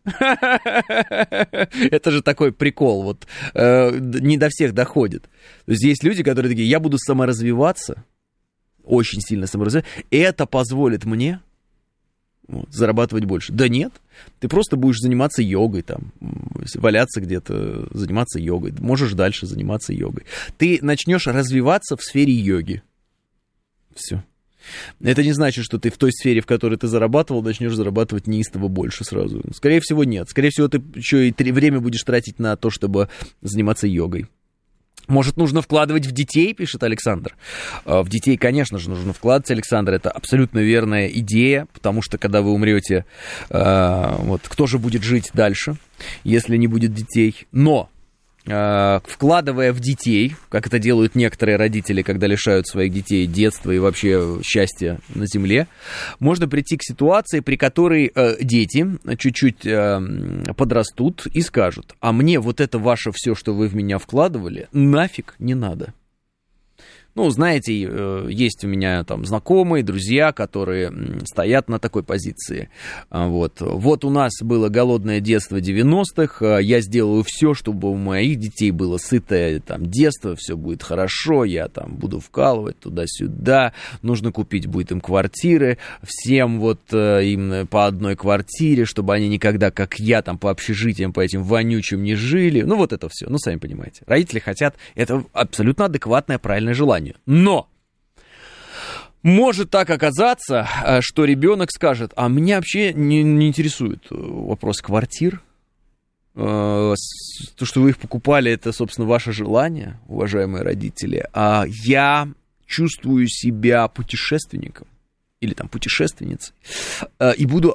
Это же такой прикол, вот не до всех доходит. То есть есть люди, которые такие, я буду саморазвиваться, очень сильно саморазвиваться, и это позволит мне зарабатывать больше. Да нет, ты просто будешь заниматься йогой, там, валяться где-то, заниматься йогой. Можешь дальше заниматься йогой. Ты начнешь развиваться в сфере йоги. Все. Это не значит, что ты в той сфере, в которой ты зарабатывал, начнешь зарабатывать неистово больше сразу. Скорее всего, нет. Скорее всего, ты еще и время будешь тратить на то, чтобы заниматься йогой. Может, нужно вкладывать в детей, пишет Александр. В детей, конечно же, нужно вкладывать, Александр. Это абсолютно верная идея, потому что, когда вы умрете, вот, кто же будет жить дальше, если не будет детей? Но, вкладывая в детей, как это делают некоторые родители, когда лишают своих детей детства и вообще счастья на земле, можно прийти к ситуации, при которой дети чуть-чуть подрастут и скажут, а мне вот это ваше все, что вы в меня вкладывали, нафиг не надо. Ну, знаете, есть у меня там знакомые, друзья, которые стоят на такой позиции. Вот у нас было голодное детство 90-х, я сделаю все, чтобы у моих детей было сытое там детство, все будет хорошо, я там буду вкалывать туда-сюда, нужно купить будет им квартиры, всем вот им по одной квартире, чтобы они никогда, как я, там по общежитиям, по этим вонючим не жили. Ну, вот это все, ну, сами понимаете. Родители хотят, это абсолютно адекватное, правильное желание. Но может так оказаться, что ребенок скажет, а меня вообще не интересует вопрос квартир. То, что вы их покупали, это, собственно, ваше желание, уважаемые родители. А я чувствую себя путешественником или там путешественницей и буду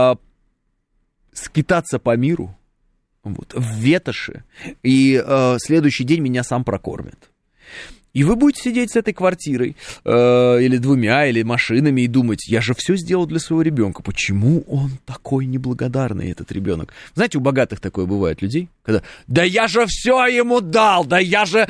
скитаться по миру вот, в ветоши, и следующий день меня сам прокормит. И вы будете сидеть с этой квартирой, или двумя, или машинами, и думать, я же все сделал для своего ребенка. Почему он такой неблагодарный, этот ребенок? Знаете, у богатых такое бывает людей, когда, да я же все ему дал, да я же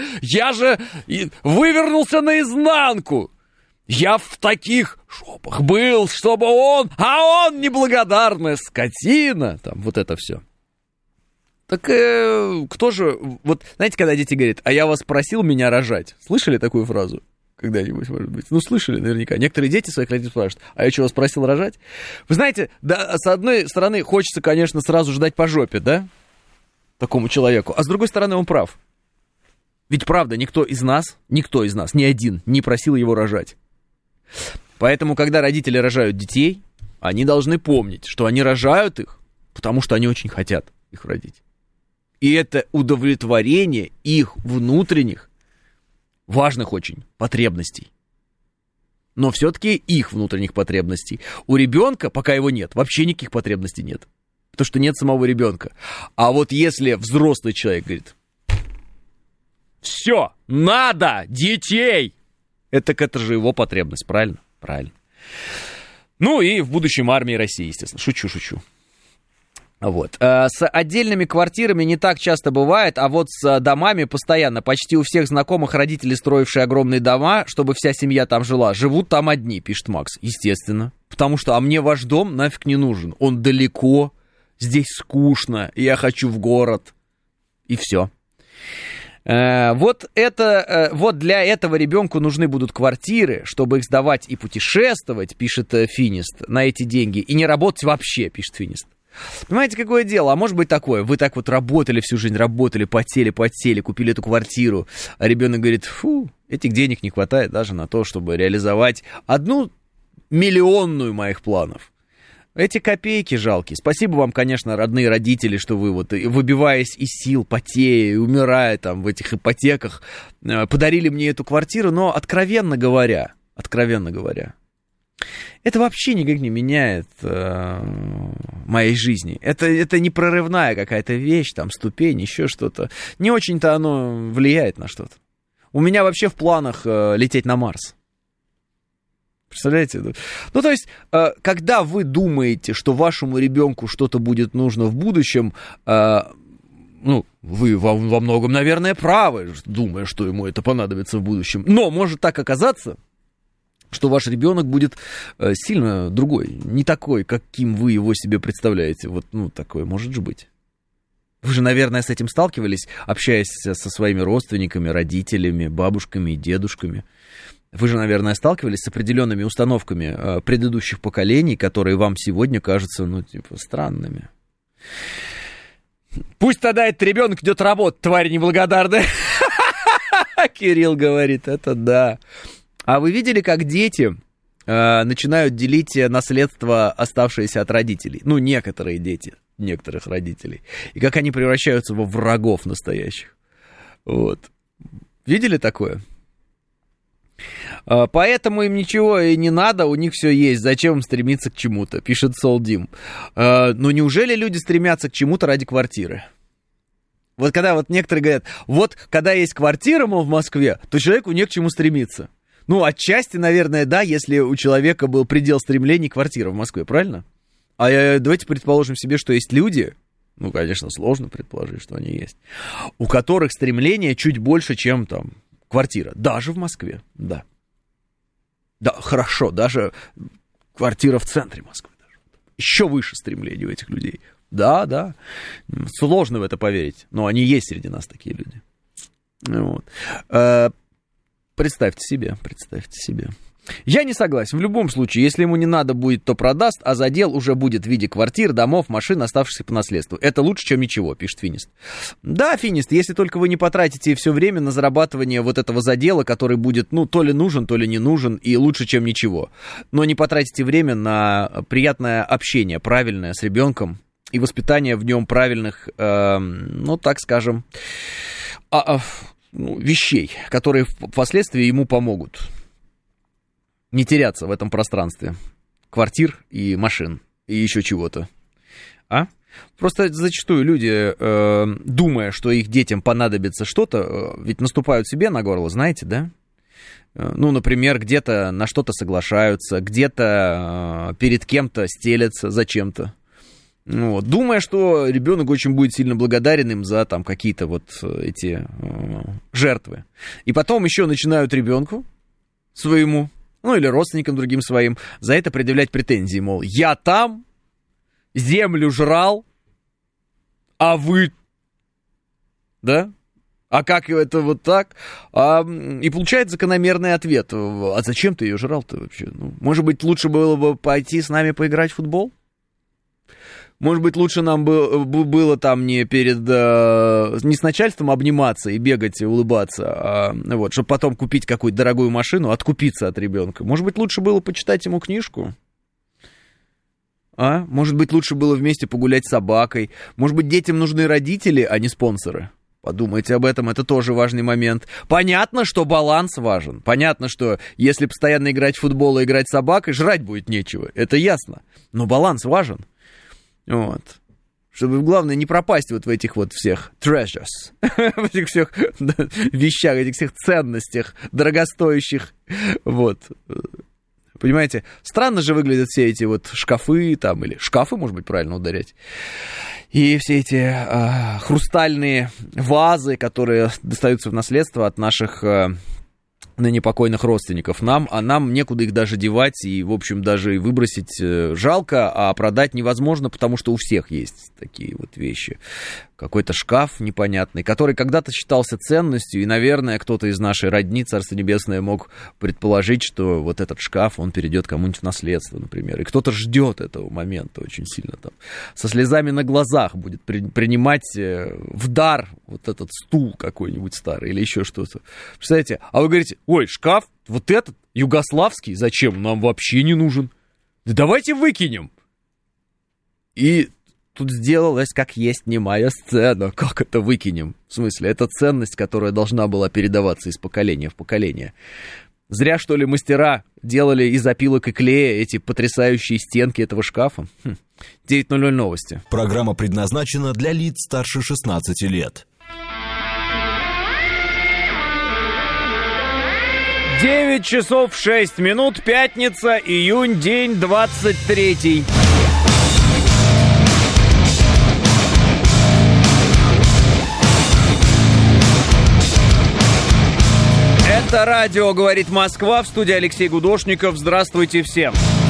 вывернулся наизнанку. Я в таких шопах был, чтобы он неблагодарная скотина. Там вот это все. Так кто же... Вот знаете, когда дети говорят, а я вас просил меня рожать. Слышали такую фразу когда-нибудь, может быть? Ну, слышали наверняка. Некоторые дети своих родителей спрашивают, а я что, вас просил рожать? Вы знаете, да, с одной стороны, хочется, конечно, сразу ждать по жопе, да? Такому человеку. А с другой стороны, он прав. Ведь правда, никто из нас, ни один, не просил его рожать. Поэтому, когда родители рожают детей, они должны помнить, что они рожают их, потому что они очень хотят их родить. И это удовлетворение их внутренних, важных очень потребностей. Но все-таки их внутренних потребностей. У ребенка, пока его нет, вообще никаких потребностей нет. Потому что нет самого ребенка. А вот если взрослый человек говорит, все, надо детей, это же его потребность, правильно? Правильно. Ну и в будущем армии России, естественно. Шучу. Вот. С отдельными квартирами не так часто бывает, а вот с домами постоянно. Почти у всех знакомых родители, строившие огромные дома, чтобы вся семья там жила, живут там одни, пишет Макс. Естественно. Потому что, а мне ваш дом нафиг не нужен. Он далеко, здесь скучно, я хочу в город. И все. Вот для этого ребенку нужны будут квартиры, чтобы их сдавать и путешествовать, пишет Финист, на эти деньги. И не работать вообще, пишет Финист. Понимаете, какое дело? А может быть такое, вы так вот работали всю жизнь, потели, купили эту квартиру, а ребенок говорит, этих денег не хватает даже на то, чтобы реализовать 1 миллионную моих планов. Эти копейки жалкие. Спасибо вам, конечно, родные родители, что вы вот, выбиваясь из сил, потея и умирая там в этих ипотеках, подарили мне эту квартиру, но откровенно говоря, это вообще никак не меняет моей жизни. Это не прорывная какая-то вещь, там, ступень, еще что-то. Не очень-то оно влияет на что-то. У меня вообще в планах лететь на Марс. Представляете? Ну, то есть, когда вы думаете, что вашему ребенку что-то будет нужно в будущем, вы во многом, наверное, правы, думая, что ему это понадобится в будущем. Но может так оказаться, что ваш ребенок будет сильно другой, не такой, каким вы его себе представляете. Вот, такое может же быть. Вы же, наверное, с этим сталкивались, общаясь со своими родственниками, родителями, бабушками и дедушками. Вы же, наверное, сталкивались с определенными установками предыдущих поколений, которые вам сегодня кажутся, странными. Пусть тогда этот ребенок идет работать, тварь неблагодарная. Кирилл говорит, это да. А вы видели, как дети начинают делить наследство, оставшееся от родителей? Некоторые дети, некоторых родителей. И как они превращаются во врагов настоящих. Вот. Видели такое? Поэтому им ничего и не надо, у них все есть. Зачем им стремиться к чему-то, пишет Солдим. Но неужели люди стремятся к чему-то ради квартиры? Вот когда некоторые говорят, когда есть квартира, в Москве, то человеку не к чему стремиться. Отчасти, наверное, да, если у человека был предел стремлений квартира в Москве, правильно? А давайте предположим себе, что есть люди, конечно, сложно предположить, что они есть, у которых стремление чуть больше, чем квартира, даже в Москве, да. Да, хорошо, даже квартира в центре Москвы. Даже. Еще выше стремление у этих людей. Да. Сложно в это поверить, но они есть среди нас, такие люди. Вот. Представьте себе. Я не согласен. В любом случае, если ему не надо будет, то продаст, а задел уже будет в виде квартир, домов, машин, оставшихся по наследству. Это лучше, чем ничего, пишет Финист. Да, Финист, если только вы не потратите все время на зарабатывание этого задела, который будет, то ли нужен, то ли не нужен, и лучше, чем ничего. Но не потратите время на приятное общение, правильное с ребенком, и воспитание в нем правильных, так скажем, вещей, которые впоследствии ему помогут не теряться в этом пространстве квартир и машин, и еще чего-то. Просто зачастую люди, думая, что их детям понадобится что-то, ведь наступают себе на горло, знаете, да? Например, где-то на что-то соглашаются, где-то перед кем-то стелятся зачем-то. Думая, что ребенок очень будет сильно благодарен им за какие-то эти жертвы. И потом еще начинают ребенку своему, или родственникам другим своим, за это предъявлять претензии, мол, я там землю жрал, а вы, да? А как это так? И получает закономерный ответ. А зачем ты ее жрал-то вообще? Может быть, лучше было бы пойти с нами поиграть в футбол? Может быть, лучше нам было не с начальством обниматься и бегать, и улыбаться, чтобы потом купить какую-то дорогую машину, откупиться от ребенка. Может быть, лучше было почитать ему книжку? Может быть, лучше было вместе погулять с собакой? Может быть, детям нужны родители, а не спонсоры? Подумайте об этом, это тоже важный момент. Понятно, что баланс важен. Понятно, что если постоянно играть в футбол и играть с собакой, жрать будет нечего. Это ясно. Но баланс важен. Чтобы, главное, не пропасть в этих всех treasures, в этих всех вещах, этих всех ценностях, дорогостоящих, Понимаете, странно же выглядят все эти шкафы, или шкафы, может быть, правильно ударять, и все эти хрустальные вазы, которые достаются в наследство от наших ныне покойных родственников. Нам некуда их даже девать, и, в общем, даже и выбросить жалко, а продать невозможно, потому что у всех есть такие вещи. Какой-то шкаф непонятный, который когда-то считался ценностью, и, наверное, кто-то из нашей родни, Царство Небесное, мог предположить, что этот шкаф, он перейдет кому-нибудь в наследство, например. И кто-то ждет этого момента очень сильно, со слезами на глазах будет принимать в дар этот стул какой-нибудь старый или еще что-то. Представляете? А вы говорите, ой, шкаф, этот, югославский, зачем? Нам вообще не нужен. Да давайте выкинем. И тут сделалась как есть немая сцена. Как это выкинем? В смысле, это ценность, которая должна была передаваться из поколения в поколение. Зря, что ли, мастера делали из опилок и клея эти потрясающие стенки этого шкафа? 9:00 новости. Программа предназначена для лиц старше 16 лет. 9 часов 6 минут, пятница, июнь, день 23. Это радио «Говорит Москва», в студии Алексей Гудошников. Здравствуйте всем.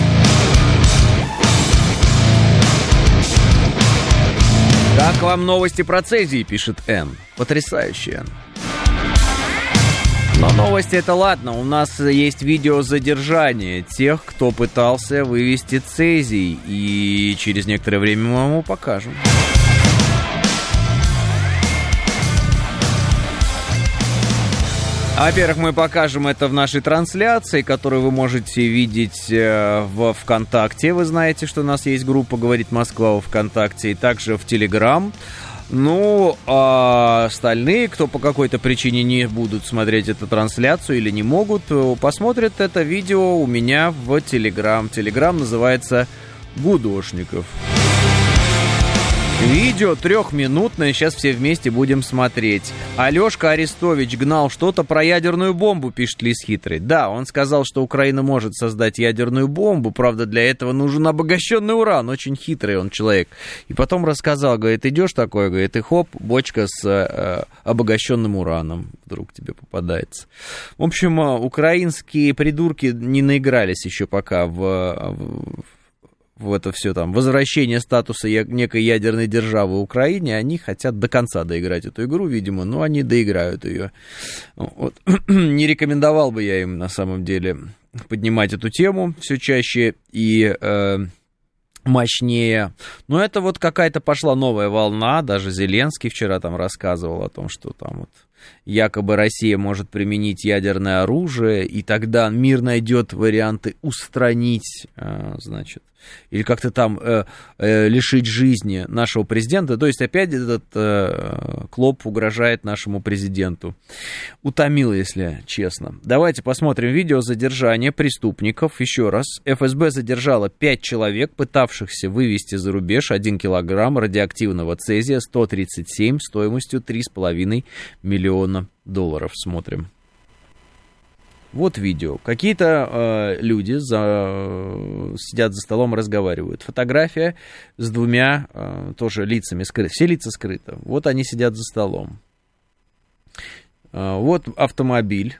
Как вам новости про цезий, пишет Н. Потрясающе, Н. Но новости это ладно, у нас есть видео задержания тех, кто пытался вывести цезий, и через некоторое время мы вам его покажем. Во-первых, мы покажем это в нашей трансляции, которую вы можете видеть в ВКонтакте. Вы знаете, что у нас есть группа «Говорит Москва» во ВКонтакте, и также в Телеграм. Ну, а остальные, кто по какой-то причине не будут смотреть эту трансляцию или не могут, посмотрят это видео у меня в Телеграм. Телеграм называется «Гудошников». Видео 3-минутное, сейчас все вместе будем смотреть. Алешка Арестович гнал что-то про ядерную бомбу, пишет Лис Хитрый. Да, он сказал, что Украина может создать ядерную бомбу, правда, для этого нужен обогащенный уран, очень хитрый он человек. И потом рассказал, говорит, идешь такой, говорит, и хоп, бочка с обогащенным ураном вдруг тебе попадается. В общем, украинские придурки не наигрались еще пока в это все там, возвращение статуса некой ядерной державы Украине, они хотят до конца доиграть эту игру, видимо, но они доиграют ее. Вот. Не рекомендовал бы я им, на самом деле, поднимать эту тему все чаще и мощнее. Но это вот какая-то пошла новая волна, даже Зеленский вчера там рассказывал о том, что там вот якобы Россия может применить ядерное оружие, и тогда мир найдет варианты устранить, значит, или как-то там лишить жизни нашего президента. То есть опять этот Клоп угрожает нашему президенту. Утомил, если честно. Давайте посмотрим видео задержания преступников. Еще раз. ФСБ задержала 5 человек, пытавшихся вывести за рубеж 1 килограмм радиоактивного цезия 137 стоимостью $3,5 миллиона. Смотрим. Вот видео. Какие-то люди сидят за столом, разговаривают. Фотография с двумя тоже лицами скрыты. Все лица скрыты. Вот они сидят за столом. Вот автомобиль.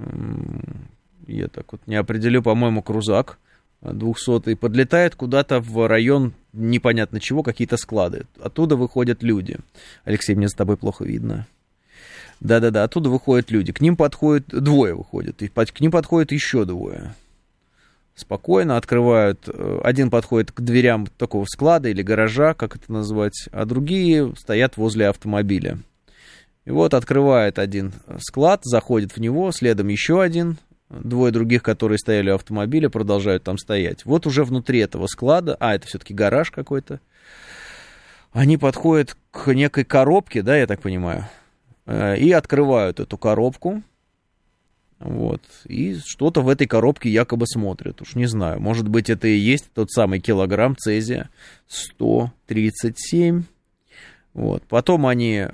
Я так вот не определю, по-моему, крузак 200-й. Подлетает куда-то в район непонятно чего, какие-то склады. Оттуда выходят люди. Алексей, мне с тобой плохо видно. Да-да-да, оттуда выходят люди. К ним подходят, двое выходят, и к ним подходят еще двое. Спокойно открывают. Один подходит к дверям такого склада или гаража, как это назвать, а другие стоят возле автомобиля. И вот открывает один склад, заходит в него, следом еще один. Двое других, которые стояли у автомобиля, продолжают там стоять. Вот уже внутри этого склада, это все-таки гараж какой-то, они подходят к некой коробке, да, я так понимаю, и открывают эту коробку, вот, и что-то в этой коробке якобы смотрят, уж не знаю, может быть, это и есть тот самый килограмм цезия 137, вот, потом они,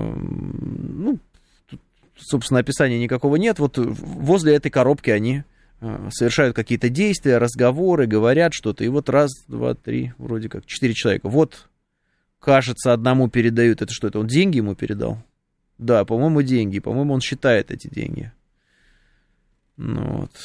тут, собственно, описания никакого нет, вот возле этой коробки они совершают какие-то действия, разговоры, говорят что-то, и вот раз, два, три, вроде как 4 человека, вот, кажется, одному передают, это что, это он деньги ему передал? Да, по-моему, деньги. По-моему, он считает эти деньги. Ну, вот.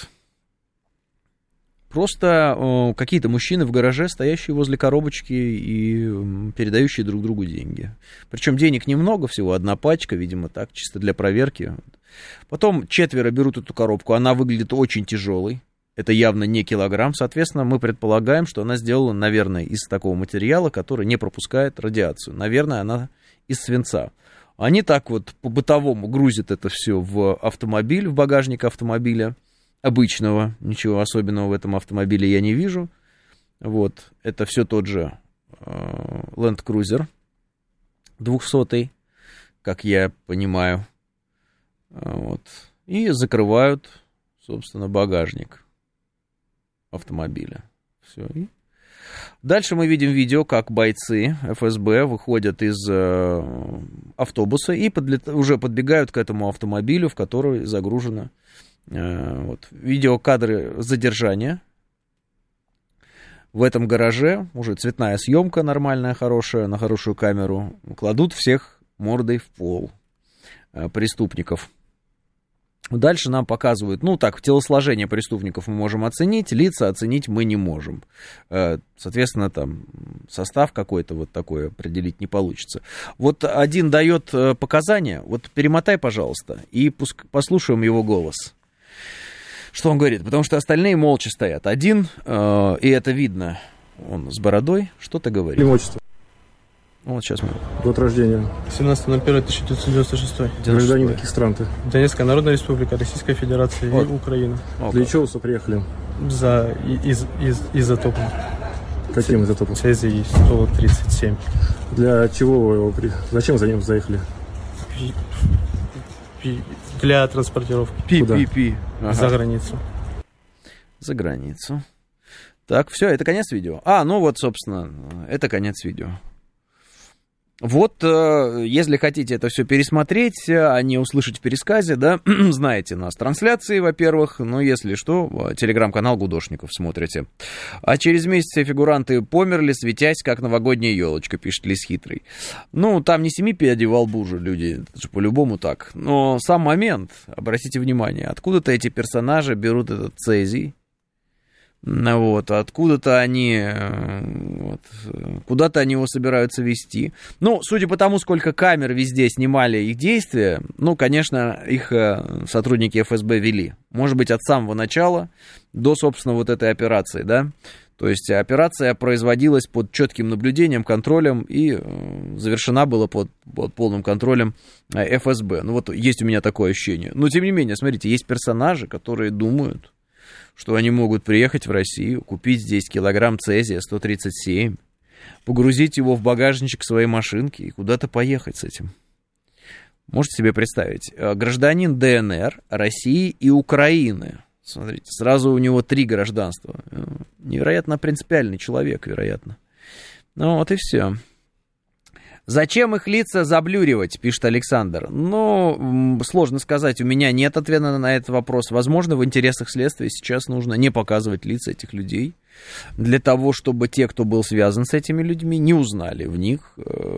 Просто какие-то мужчины в гараже, стоящие возле коробочки и передающие друг другу деньги. Причем денег немного, всего одна пачка, видимо, так, чисто для проверки. Потом 4 берут эту коробку, она выглядит очень тяжелой. Это явно не килограмм, соответственно, мы предполагаем, что она сделана, наверное, из такого материала, который не пропускает радиацию. Наверное, она из свинца. Они так вот по-бытовому грузят это все в автомобиль, в багажник автомобиля обычного. Ничего особенного в этом автомобиле я не вижу. Вот, это все тот же Land Cruiser 200-й, как я понимаю. Вот. И закрывают, собственно, багажник автомобиля. Все. И дальше мы видим видео, как бойцы ФСБ выходят из автобуса и уже подбегают к этому автомобилю, в который загружена Вот, видеокадры задержания. В этом гараже уже цветная съемка нормальная, хорошая, на хорошую камеру. Кладут всех мордой в пол преступников. Дальше нам показывают, телосложение преступников мы можем оценить, лица оценить мы не можем. Соответственно, там состав какой-то вот такой определить не получится. Вот один дает показания, вот перемотай, пожалуйста, и послушаем его голос. Что он говорит? Потому что остальные молча стоят. Один, и это видно, он с бородой, что-то говорит. Имущество. Вот сейчас мы. Год рождения. 17.01.1996. Гражданин каких стран ты? Донецкая Народная Республика, Российская Федерация и Украина. Для чего вы приехали? За изотопом. Каким изотопом? Цезий 137. Для чего вы его Зачем за ним заехали? Для транспортировки. Куда? Ага. За границу. За границу. Так, все, это конец видео. Собственно, это конец видео. Вот, если хотите это все пересмотреть, а не услышать в пересказе, да, знаете нас трансляции, во-первых, если что, телеграм-канал Гудошников смотрите. А через месяц все фигуранты померли, светясь, как новогодняя елочка, пишет Лис Хитрый. Там не 7 пядей во лбу же люди, это же по-любому так. Но сам момент, обратите внимание, откуда-то эти персонажи берут этот цезий. Откуда-то они, куда-то они его собираются вести. Судя по тому, сколько камер везде снимали их действия, конечно, их сотрудники ФСБ вели. Может быть, от самого начала до, собственно, вот этой операции, да. То есть операция производилась под четким наблюдением, контролем и завершена была под полным контролем ФСБ. Есть у меня такое ощущение. Но, тем не менее, смотрите, есть персонажи, которые думают, что они могут приехать в Россию, купить здесь килограмм цезия 137, погрузить его в багажничек своей машинки и куда-то поехать с этим. Можете себе представить? Гражданин ДНР, России и Украины. Смотрите, сразу у него 3 гражданства. Невероятно принципиальный человек, вероятно. И все. Зачем их лица заблюривать, пишет Александр. Сложно сказать, у меня нет ответа на этот вопрос. Возможно, в интересах следствия сейчас нужно не показывать лица этих людей, для того, чтобы те, кто был связан с этими людьми, не узнали в них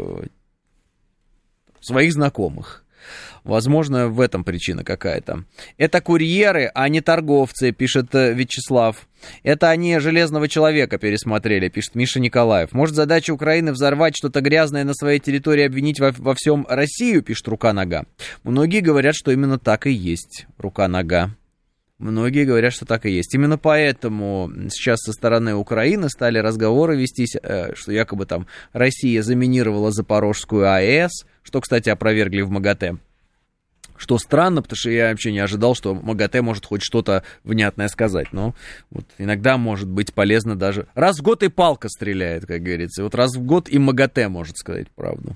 своих знакомых. Возможно, в этом причина какая-то. Это курьеры, а не торговцы, пишет Вячеслав. Это они Железного человека пересмотрели, пишет Миша Николаев. Может, задача Украины взорвать что-то грязное на своей территории, обвинить во всем Россию, пишет Рука-Нога. Многие говорят, что именно так и есть, Рука-Нога. Многие говорят, что так и есть. Именно поэтому сейчас со стороны Украины стали разговоры вестись, что якобы там Россия заминировала Запорожскую АЭС, что, кстати, опровергли в МАГАТЭ. Что странно, потому что я вообще не ожидал, что МАГАТЭ может хоть что-то внятное сказать. Но иногда может быть полезно даже... Раз в год и палка стреляет, как говорится. Раз в год и МАГАТЭ может сказать правду.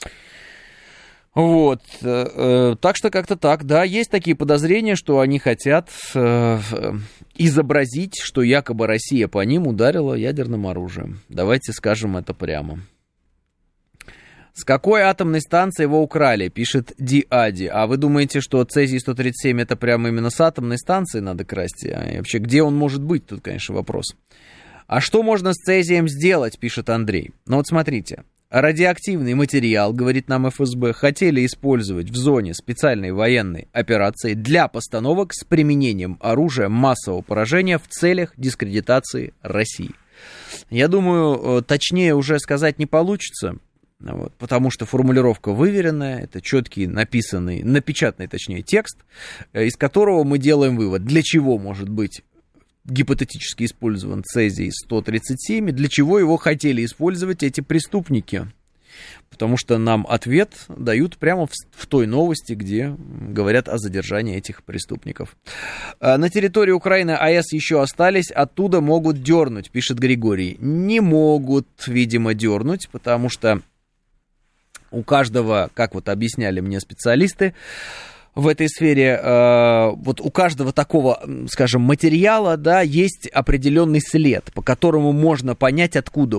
Так что как-то так, да, есть такие подозрения, что они хотят изобразить, что якобы Россия по ним ударила ядерным оружием. Давайте скажем это прямо. С какой атомной станции его украли, пишет Диади. А вы думаете, что цезий-137 это прямо именно с атомной станции надо красть? И вообще, где он может быть, тут, конечно, вопрос. А что можно с цезием сделать, пишет Андрей. Смотрите. Радиоактивный материал, говорит нам ФСБ, хотели использовать в зоне специальной военной операции для постановок с применением оружия массового поражения в целях дискредитации России. Я думаю, точнее уже сказать не получится, потому что формулировка выверенная, это четкий напечатанный текст, из которого мы делаем вывод, для чего может быть гипотетически использован цезий-137, для чего его хотели использовать эти преступники. Потому что нам ответ дают прямо в той новости, где говорят о задержании этих преступников. На территории Украины АЭС еще остались, оттуда могут дернуть, пишет Григорий. Не могут, видимо, дернуть, потому что у каждого, как объясняли мне специалисты, в этой сфере, у каждого такого, скажем, материала, да, есть определенный след, по которому можно понять, откуда он.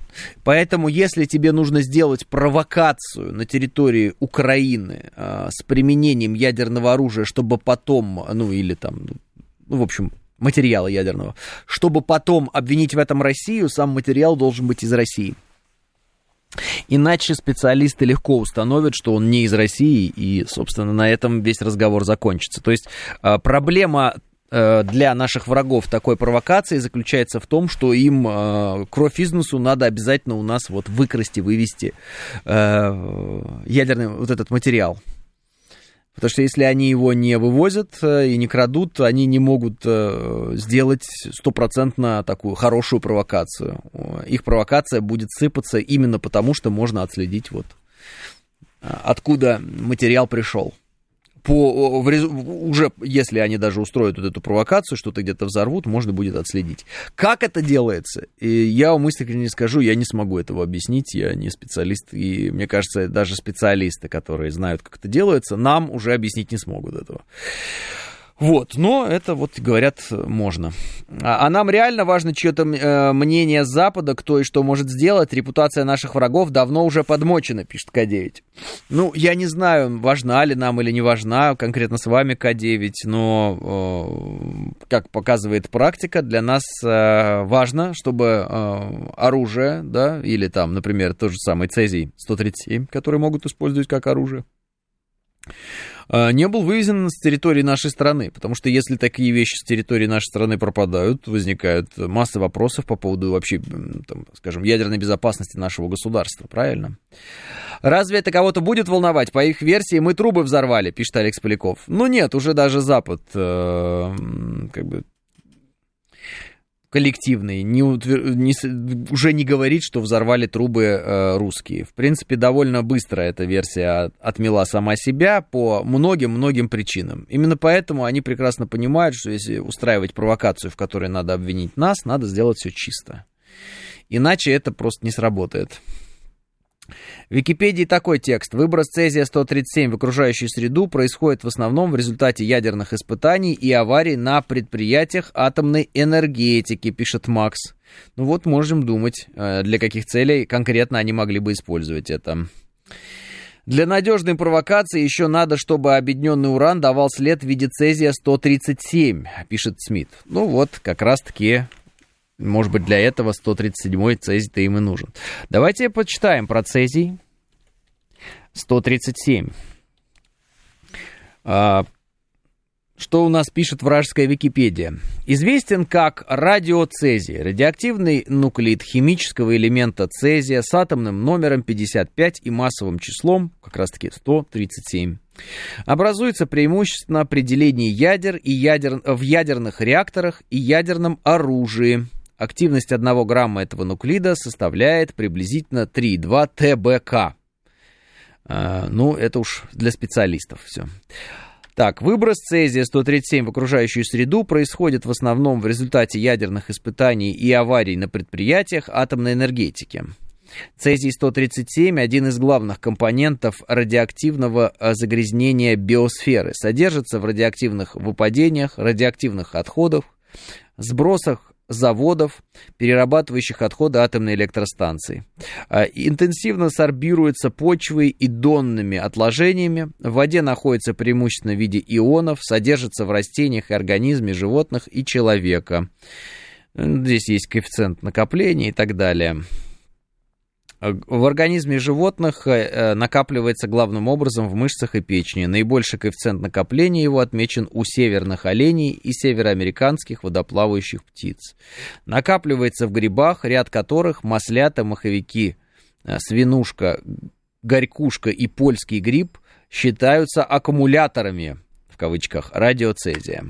Поэтому, если тебе нужно сделать провокацию на территории Украины с применением ядерного оружия, чтобы потом, в общем, материала ядерного, чтобы потом обвинить в этом Россию, сам материал должен быть из России. Иначе специалисты легко установят, что он не из России, и, собственно, на этом весь разговор закончится. То есть проблема для наших врагов такой провокации заключается в том, что им кровь из носу надо обязательно у нас вот выкрасть и вывести ядерный вот этот материал. Потому что если они его не вывозят и не крадут, они не могут сделать стопроцентно такую хорошую провокацию. Их провокация будет сыпаться именно потому, что можно отследить, вот, откуда материал пришел. Уже если они даже устроят вот эту провокацию, что-то где-то взорвут, можно будет отследить. Как это делается? И я вам искренне скажу, я не смогу этого объяснить, я не специалист, и мне кажется, даже специалисты, которые знают, как это делается, нам уже объяснить не смогут этого. Вот, но это вот, говорят, можно. А нам реально важно чье-то мнение Запада, кто и что может сделать. Репутация наших врагов давно уже подмочена, пишет К9. Ну, я не знаю, важна ли нам или не важна конкретно с вами К9, но, как показывает практика, для нас важно, чтобы оружие, да, или там, например, тот же самый Цезий-137, который могут использовать как оружие, не был вывезен с территории нашей страны, потому что если такие вещи с территории нашей страны пропадают, возникают масса вопросов по поводу вообще, там, скажем, ядерной безопасности нашего государства, правильно? Разве это кого-то будет волновать? По их версии мы трубы взорвали, пишет Алекс Поляков. Ну нет, уже даже Запад коллективный уже не говорит, что взорвали трубы русские. В принципе, довольно быстро эта версия отмела сама себя по многим-многим причинам. Именно поэтому они прекрасно понимают, что если устраивать провокацию, в которой надо обвинить нас, надо сделать все чисто. Иначе это просто не сработает. В Википедии такой текст. Выброс цезия-137 в окружающую среду происходит в основном в результате ядерных испытаний и аварий на предприятиях атомной энергетики, пишет Макс. Ну вот, можем думать, для каких целей конкретно они могли бы использовать это. Для надежной провокации еще надо, чтобы объединенный уран давал след в виде цезия-137, пишет Смит. Ну вот, как раз-таки... Может быть, для этого 137-й цезий-то им и нужен. Давайте почитаем про цезий-137. Что у нас пишет вражеская Википедия? Известен как радиоцезий, радиоактивный нуклид химического элемента цезия с атомным номером 55 и массовым числом, как раз-таки 137. Образуется преимущественно при делении ядер в ядерных реакторах и ядерном оружии. Активность 1 грамма этого нуклида составляет приблизительно 3,2 ТБК. Ну, это уж для специалистов все. Так, выброс цезия-137 в окружающую среду происходит в основном в результате ядерных испытаний и аварий на предприятиях атомной энергетики. Цезий-137 – один из главных компонентов радиоактивного загрязнения биосферы. Содержится в радиоактивных выпадениях, радиоактивных отходах, сбросах заводов, перерабатывающих отходы атомной электростанции. Интенсивно сорбируется почвой и донными отложениями. В воде находится преимущественно в виде ионов, содержится в растениях и организме животных и человека. Здесь есть коэффициент накопления и так далее. В организме животных накапливается главным образом в мышцах и печени. Наибольший коэффициент накопления его отмечен у северных оленей и североамериканских водоплавающих птиц. Накапливается в грибах, ряд которых маслята, маховики, свинушка, горькушка и польский гриб считаются аккумуляторами, в кавычках, радиоцезия.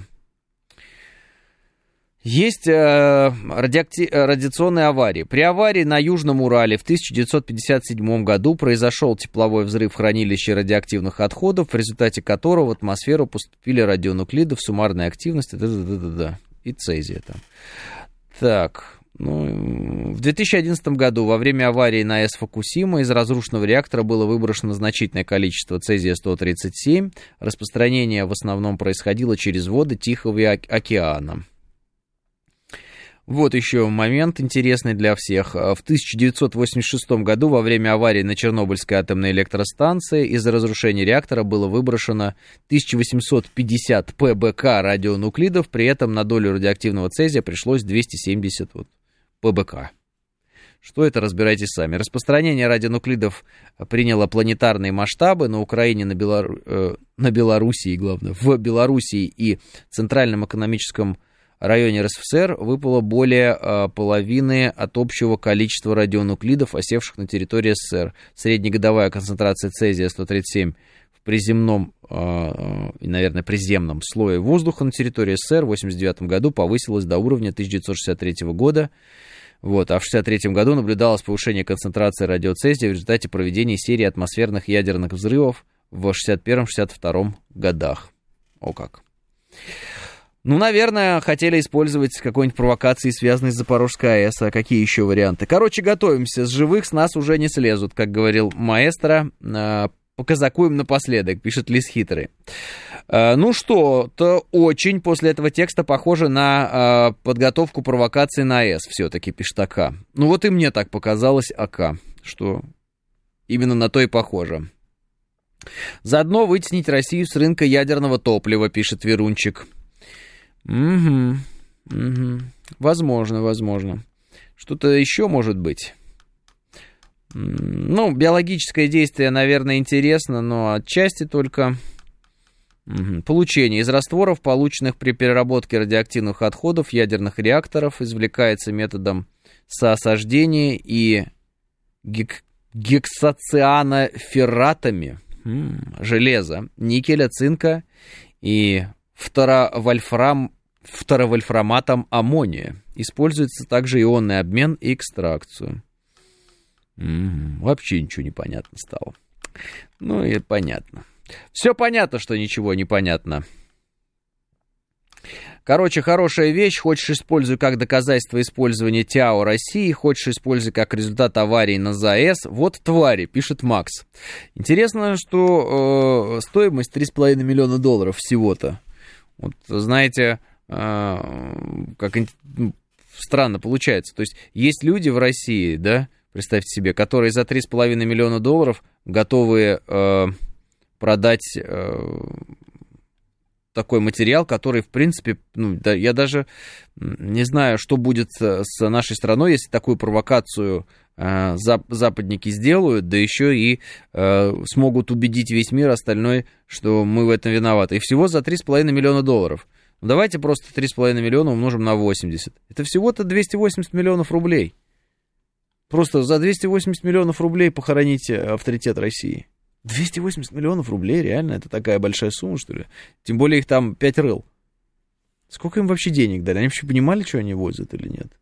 Есть радиационные аварии. При аварии на Южном Урале в 1957 году произошел тепловой взрыв хранилища радиоактивных отходов, в результате которого в атмосферу поступили радионуклиды в суммарной активности и цезия там. Так, в 2011 году во время аварии на АЭС Фукусима из разрушенного реактора было выброшено значительное количество цезия-137. Распространение в основном происходило через воды Тихого океана. Вот еще момент интересный для всех. В 1986 году во время аварии на Чернобыльской атомной электростанции из-за разрушения реактора было выброшено 1850 ПБК радионуклидов, при этом на долю радиоактивного цезия пришлось 270 ПБК. Что это, разбирайтесь сами. Распространение радионуклидов приняло планетарные масштабы. На Украине, на Белоруссии, главное, в Белоруссии и Центральном экономическом районе РСФСР выпало более половины от общего количества радионуклидов, осевших на территории СССР. Среднегодовая концентрация цезия 137 в приземном и, наверное, приземном слое воздуха на территории СССР в 1989 году повысилась до уровня 1963 года. Вот, а в 1963 году наблюдалось повышение концентрации радиоцезия в результате проведения серии атмосферных ядерных взрывов в 1961-1962 годах. О как. Ну, наверное, хотели использовать какой-нибудь провокации, связанной с Запорожской АЭС. А какие еще варианты? Короче, готовимся. С живых с нас уже не слезут, как говорил маэстро. Показакуем напоследок, пишет Лис Хитрый. Ну что, то очень после этого текста похоже на подготовку провокации на АЭС, все-таки, пишет АК. Ну вот и мне так показалось, АК, что именно на то и похоже. Заодно вытеснить Россию с рынка ядерного топлива, пишет Верунчик. Возможно. Что-то еще может быть. Ну, биологическое действие, наверное, интересно, но отчасти только. Получение из растворов, полученных при переработке радиоактивных отходов ядерных реакторов, извлекается методом соосаждения и гексоцианоферратами железа, никеля, цинка и фторовольфраматом аммония. Используется также ионный обмен и экстракцию. Вообще ничего не понятно стало. Ну и понятно. Все понятно, что ничего не понятно. Короче, хорошая вещь. Хочешь, используй как доказательство использования ТЯО России. Хочешь, используй как результат аварии на ЗАЭС. Вот твари, пишет Макс. Интересно, что стоимость $3,5 миллиона всего-то. Вот, знаете, как странно получается. То есть, есть люди в России, да, представьте себе, которые за $3,5 миллиона готовы продать такой материал, который, в принципе, ну, да, я даже не знаю, что будет с нашей страной, если такую провокацию западники сделают, да еще и смогут убедить весь мир остальной, что мы в этом виноваты. И всего за $3,5 миллиона. Ну, давайте просто 3,5 миллиона умножим на 80. Это всего-то 280 миллионов рублей. Просто за 280 миллионов рублей похороните авторитет России. 280 миллионов рублей, реально? Это такая большая сумма, что ли? Тем более их там 5 рыл. Сколько им вообще денег дали? Они вообще понимали, что они возят или нет?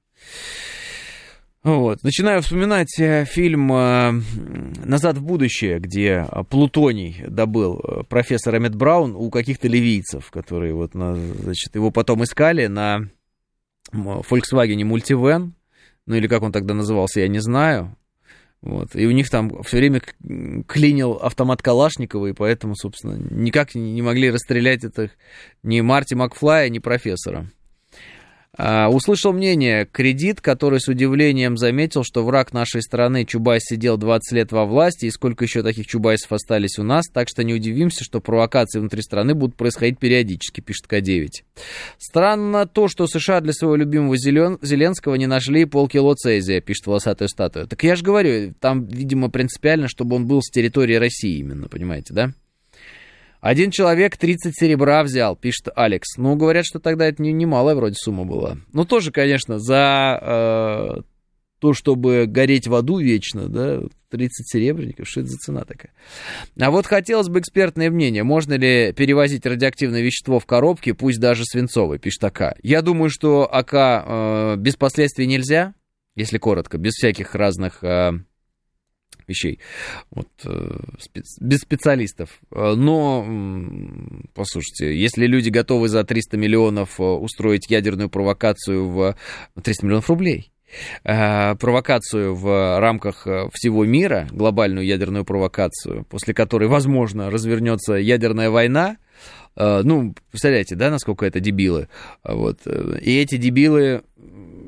Вот. Начинаю вспоминать фильм «Назад в будущее», где плутоний добыл профессор Эммет Браун у каких-то ливийцев, которые вот, значит, его потом искали на Volkswagen Multivan, ну или как он тогда назывался, я не знаю. Вот. И у них там все время клинил автомат Калашникова, и поэтому, собственно, никак не могли расстрелять это ни Марти Макфлая, ни профессора. Услышал мнение кредит, который с удивлением заметил, что враг нашей страны Чубайс сидел 20 лет во власти, и сколько еще таких Чубайсов остались у нас, так что не удивимся, что провокации внутри страны будут происходить периодически, пишет К9. Странно то, что США для своего любимого Зеленского не нашли полкило цезия, пишет волосатая статуя. Так я же говорю, там, видимо, принципиально, чтобы он был с территории России именно, понимаете, да? Один человек 30 серебра взял, пишет Алекс. Ну, говорят, что тогда это немалая вроде сумма была. Ну, тоже, конечно, за то, чтобы гореть в аду вечно, да, 30 серебряников, что это за цена такая? А вот хотелось бы экспертное мнение. Можно ли перевозить радиоактивное вещество в коробке, пусть даже свинцовой, пишет АК. Я думаю, что АК без последствий нельзя, если коротко, без всяких разных вещей, вот, без специалистов. Но, послушайте, если люди готовы за 300 миллионов устроить ядерную провокацию в 300 миллионов рублей, провокацию в рамках всего мира, глобальную ядерную провокацию, после которой, возможно, развернется ядерная война, ну, представляете, да, насколько это дебилы, вот, и эти дебилы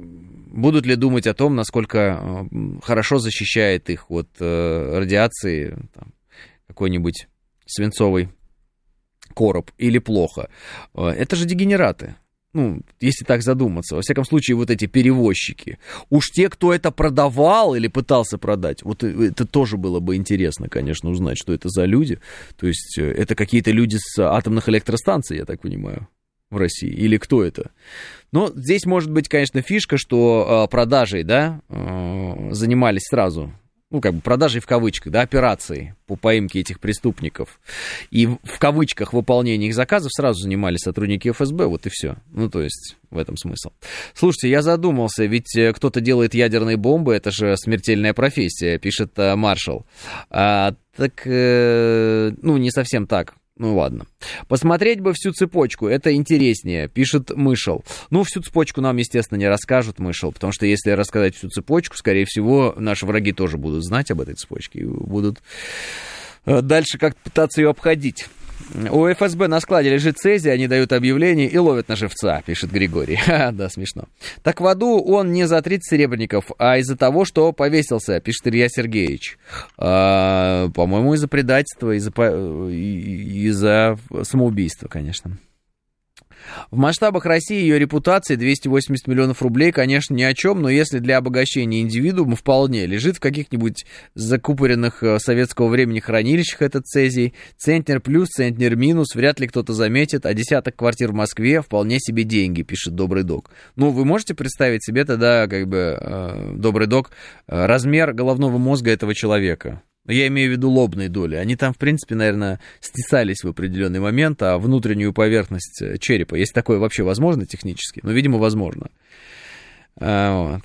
будут ли думать о том, насколько хорошо защищает их от радиации там, какой-нибудь свинцовый короб или плохо. Это же дегенераты. Ну, если так задуматься. Во всяком случае, вот эти перевозчики. Уж те, кто это продавал или пытался продать, вот это тоже было бы интересно, конечно, узнать, что это за люди. То есть это какие-то люди с атомных электростанций, я так понимаю, в России. Или кто это? Но здесь может быть, конечно, фишка, что продажей, да, занимались сразу. Ну, как бы продажей в кавычках, да, операции по поимке этих преступников. И в кавычках выполнение их заказов сразу занимались сотрудники ФСБ, вот и все. Ну, то есть, в этом смысл. Слушайте, я задумался, ведь кто-то делает ядерные бомбы, это же смертельная профессия, пишет Маршал. Ну, не совсем так. Ну, ладно. Посмотреть бы всю цепочку, это интереснее, пишет Мышел. Ну, всю цепочку нам, естественно, не расскажут, Мышел, потому что если рассказать всю цепочку, скорее всего, наши враги тоже будут знать об этой цепочке и будут дальше как-то пытаться ее обходить. У ФСБ на складе лежит цезий, они дают объявление и ловят на живца, пишет Григорий. Да, смешно. Так в аду он не за 30 серебряников, а из-за того, что повесился, пишет Илья Сергеевич. По-моему, из-за предательства, из-за самоубийства, конечно. В масштабах России ее репутации 280 миллионов рублей, конечно, ни о чем, но если для обогащения индивидуума вполне лежит в каких-нибудь закупоренных советского времени хранилищах этот цезий, центнер плюс, центнер минус, вряд ли кто-то заметит, а десяток квартир в Москве вполне себе деньги, пишет Добрый Док. Ну, вы можете представить себе тогда, как бы, Добрый Док, размер головного мозга этого человека? Я имею в виду лобные доли. Они там, в принципе, наверное, стесались в определенный момент, а внутреннюю поверхность черепа, если такое вообще возможно технически, но, видимо, возможно. Вот.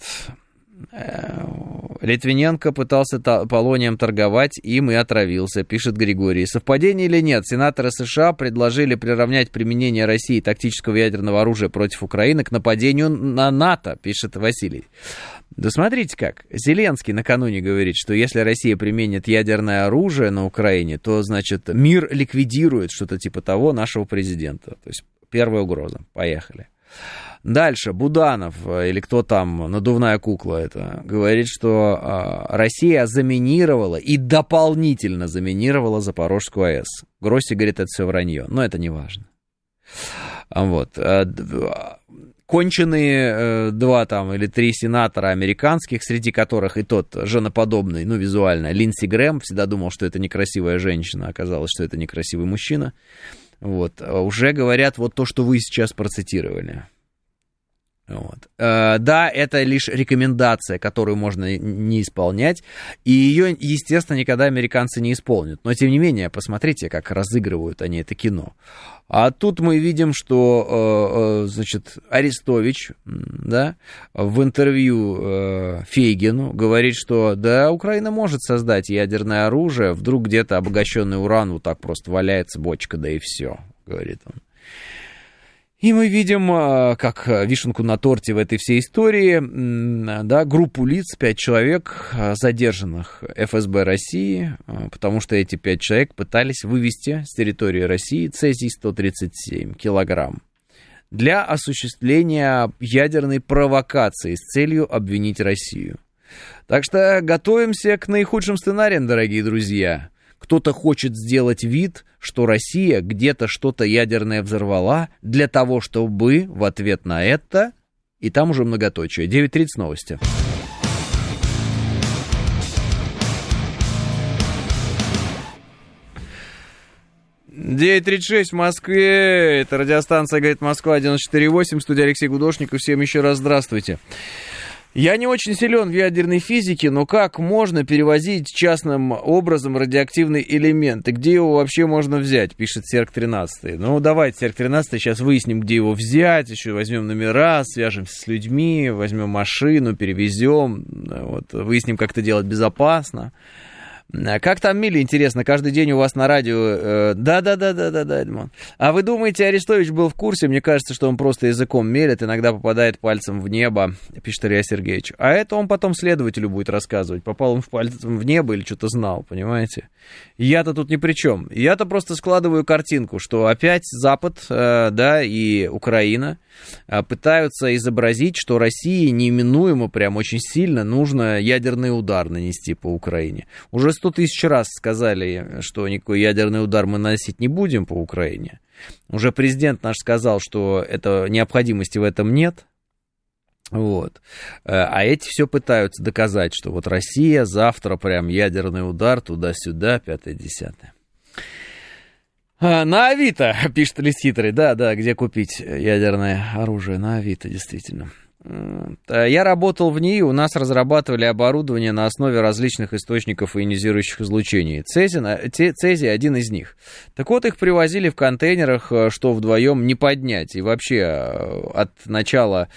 Литвиненко пытался полонием торговать, им и отравился, пишет Григорий. Совпадение или нет? Сенаторы США предложили приравнять применение России тактического ядерного оружия против Украины к нападению на НАТО, пишет Василий. Да смотрите как. Зеленский накануне говорит, что если Россия применит ядерное оружие на Украине, то, значит, мир ликвидирует, что-то типа того, нашего президента. То есть первая угроза. Поехали. Дальше, Буданов, или кто там, надувная кукла это, говорит, что Россия заминировала и дополнительно заминировала Запорожскую АЭС. Гросси говорит, это все вранье, но это не важно. Вот. Конченые 2 там, или 3 сенатора американских, среди которых и тот женоподобный, ну, визуально, Линдси Грэм, всегда думал, что это некрасивая женщина, оказалось, что это некрасивый мужчина. Вот. Уже говорят вот то, что вы сейчас процитировали. Вот. Да, это лишь рекомендация, которую можно не исполнять, и ее, естественно, никогда американцы не исполнят. Но, тем не менее, посмотрите, как разыгрывают они это кино. А тут мы видим, что, значит, Арестович, да, в интервью Фейгину говорит, что, да, Украина может создать ядерное оружие, вдруг где-то обогащенный уран вот так просто валяется, бочка, да и все, говорит он. И мы видим, как вишенку на торте в этой всей истории, да, группу лиц, 5 человек, задержанных ФСБ России, потому что эти 5 человек пытались вывести с территории России цезий-137 килограмм для осуществления ядерной провокации с целью обвинить Россию. Так что готовимся к наихудшим сценариям, дорогие друзья. Кто-то хочет сделать вид, что Россия где-то что-то ядерное взорвала для того, чтобы в ответ на это, и там уже многоточие. 9:30 новости. «9:36 в Москве». Это радиостанция «Говорит Москва», 94.8. Студия Алексей Гудошников. Всем еще раз здравствуйте. Я не очень силен в ядерной физике, но как можно перевозить частным образом радиоактивный элемент? И где его вообще можно взять, пишет Серк 13. Ну, давайте, Серк 13, сейчас выясним, где его взять, еще возьмем номера, свяжемся с людьми, возьмем машину, перевезем, вот, выясним, как это делать безопасно. Как там, Миле, интересно, каждый день у вас на радио... Да, Эдмон. А вы думаете, Арестович был в курсе? Мне кажется, что он просто языком мелет, иногда попадает пальцем в небо, пишет Илья Сергеевич. А это он потом следователю будет рассказывать. Попал он пальцем в небо или что-то знал, понимаете? Я-то тут ни при чем. Я-то просто складываю картинку, что опять Запад, да, и Украина пытаются изобразить, что России неименуемо прям очень сильно нужно ядерный удар нанести по Украине. Уже 100 тысяч раз сказали, что никакой ядерный удар мы наносить не будем по Украине. Уже президент наш сказал, что необходимости в этом нет. Вот. А эти все пытаются доказать, что вот Россия завтра прям ядерный удар туда-сюда, 5-10. На Авито, пишет Лис Хитрый, да, где купить ядерное оружие, на Авито, действительно. Я работал в НИИ, у нас разрабатывали оборудование на основе различных источников ионизирующих излучений. Цезий один из них. Так вот, их привозили в контейнерах, что вдвоем не поднять. И вообще от начала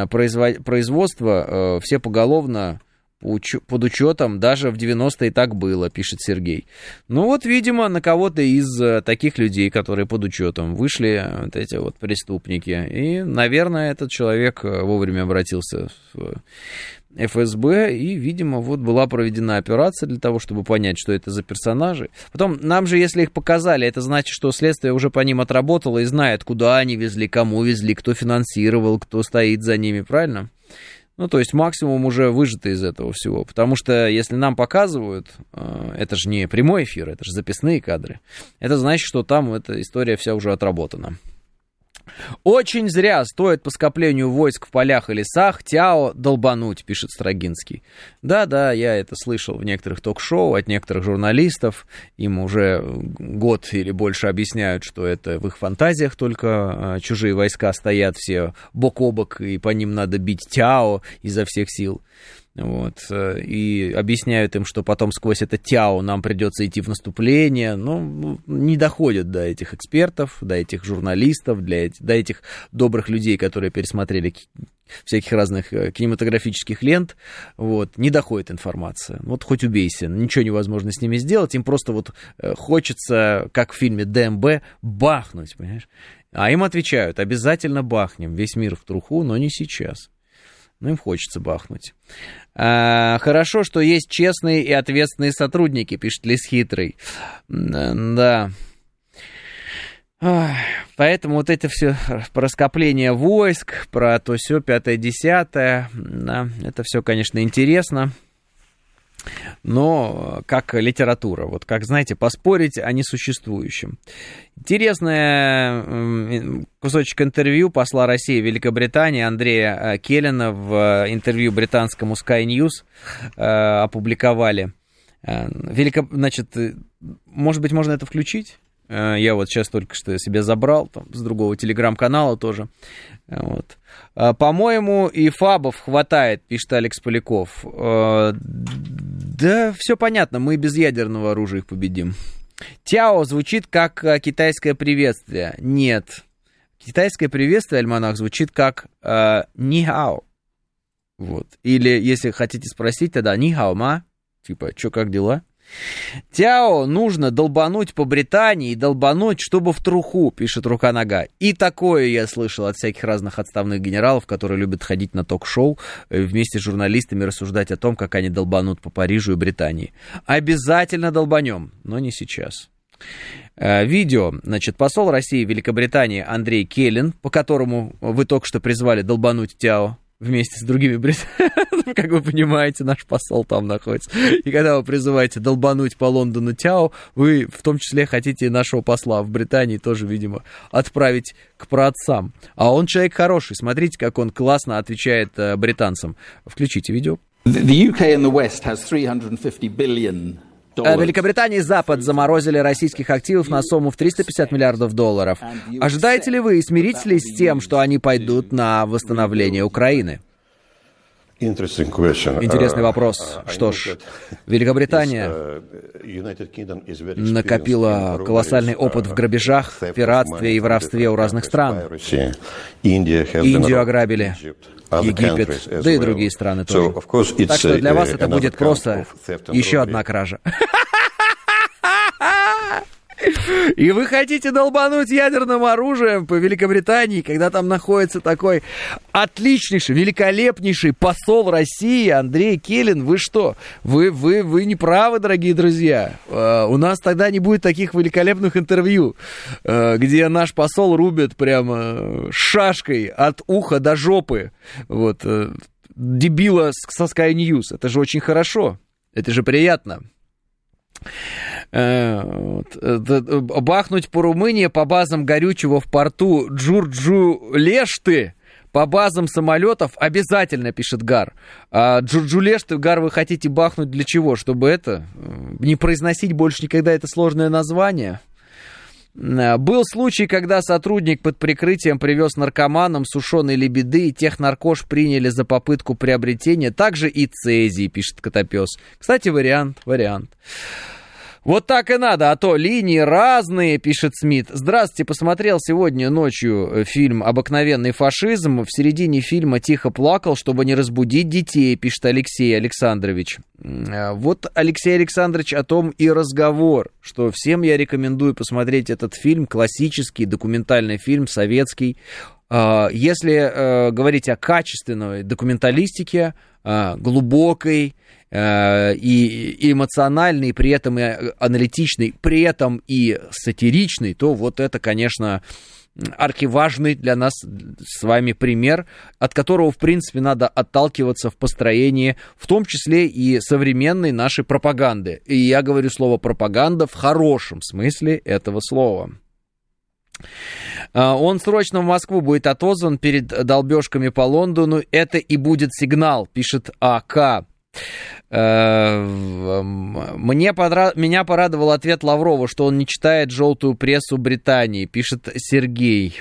производства все поголовно под учетом, даже в 90-е так было, пишет Сергей. Ну вот, видимо, на кого-то из таких людей, которые под учетом, вышли вот эти вот преступники. И, наверное, этот человек вовремя обратился в ФСБ, и, видимо, вот была проведена операция для того, чтобы понять, что это за персонажи. Потом, нам же, если их показали, это значит, что следствие уже по ним отработало и знает, куда они везли, кому везли, кто финансировал, кто стоит за ними, правильно? Ну, то есть максимум уже выжато из этого всего. Потому что если нам показывают, это же не прямой эфир, это же записные кадры. Это значит, что там эта история вся уже отработана. Очень зря стоит по скоплению войск в полях и лесах ТЯО долбануть, пишет Строгинский. Да, я это слышал в некоторых ток-шоу от некоторых журналистов. Им уже год или больше объясняют, что это в их фантазиях только чужие войска стоят все бок о бок, и по ним надо бить ТЯО изо всех сил. Вот, и объясняют им, что потом сквозь это ТЯО нам придется идти в наступление, но не доходят до этих экспертов, до этих журналистов, до этих добрых людей, которые пересмотрели всяких разных кинематографических лент, вот, не доходит информация. Вот хоть убейся, ничего невозможно с ними сделать, им просто вот хочется, как в фильме ДМБ, бахнуть, понимаешь? А им отвечают, обязательно бахнем, весь мир в труху, но не сейчас. Ну, им хочется бахнуть. Хорошо, что есть честные и ответственные сотрудники, пишет Лис Хитрый. Да. Поэтому вот это все про скопление войск, про то все 5-10, да, это все, конечно, интересно. Но как литература, вот как, знаете, поспорить о несуществующем. Интересный кусочек интервью посла России в Великобритании Андрея Келлина в интервью британскому Sky News опубликовали. Значит, может быть, можно это включить? Я вот сейчас только что себе забрал, там, с другого телеграм-канала тоже. Вот. По-моему, и фабов хватает, пишет Алекс Поляков. Да, все понятно, мы без ядерного оружия их победим. ТЯО звучит как китайское приветствие. Нет. Китайское приветствие, альманах, звучит как нихао. Вот. Или, если хотите спросить, тогда нихао ма. Типа, чё, как дела? ТЯО нужно долбануть по Британии и долбануть, чтобы в труху, пишет Рука-Нога. И такое я слышал от всяких разных отставных генералов, которые любят ходить на ток-шоу вместе с журналистами рассуждать о том, как они долбанут по Парижу и Британии. Обязательно долбанем, но не сейчас. Видео, значит, посол России в Великобритании Андрей Келлин, по которому вы только что призвали долбануть ТЯО, вместе с другими британцами, как вы понимаете, наш посол там находится. И когда вы призываете долбануть по Лондону ТЯО, вы в том числе хотите нашего посла в Британии тоже, видимо, отправить к праотцам. А он человек хороший, смотрите, как он классно отвечает британцам. Включите видео. Великобритания и Запад заморозили российских активов на сумму в $350 миллиардов. Ожидаете ли вы и смиритесь ли с тем, что они пойдут на восстановление Украины? Интересный вопрос. Что ж, Великобритания накопила колоссальный опыт в грабежах, пиратстве и воровстве у разных стран. Индию ограбили, Египет, да и другие страны тоже. Так что для вас это будет просто еще одна кража. И вы хотите долбануть ядерным оружием по Великобритании, когда там находится такой отличнейший, великолепнейший посол России Андрей Келин? Вы что? Вы не правы, дорогие друзья. У нас тогда не будет таких великолепных интервью, где наш посол рубит прямо шашкой от уха до жопы. Вот, дебила со Sky News. Это же очень хорошо. Это же приятно. Бахнуть по Румынии по базам горючего в порту Джурджулешты, по базам самолетов обязательно, пишет Гар. А Джурджулешты, Гар, вы хотите бахнуть для чего? Чтобы это не произносить больше никогда это сложное название? Был случай, когда сотрудник под прикрытием привез наркоманам сушеные лебеды, и тех наркош приняли за попытку приобретения. Также и цезий, пишет Котопес. Кстати, вариант. Вот так и надо, а то линии разные, пишет Смит. Здравствуйте, посмотрел сегодня ночью фильм «Обыкновенный фашизм». В середине фильма тихо плакал, чтобы не разбудить детей, пишет Алексей Александрович. Вот, Алексей Александрович, о том и разговор, что всем я рекомендую посмотреть этот фильм, классический документальный фильм, советский. Если говорить о качественной документалистике, глубокой, и эмоциональный, при этом и аналитичный, при этом и сатиричный, то вот это, конечно, архиважный для нас с вами пример, от которого, в принципе, надо отталкиваться в построении, в том числе и современной нашей пропаганды. И я говорю слово «пропаганда» в хорошем смысле этого слова. Он срочно в Москву будет отозван перед долбежками по Лондону. Это и будет сигнал, пишет АК. Меня порадовал ответ Лаврова, что он не читает желтую прессу Британии, пишет Сергей.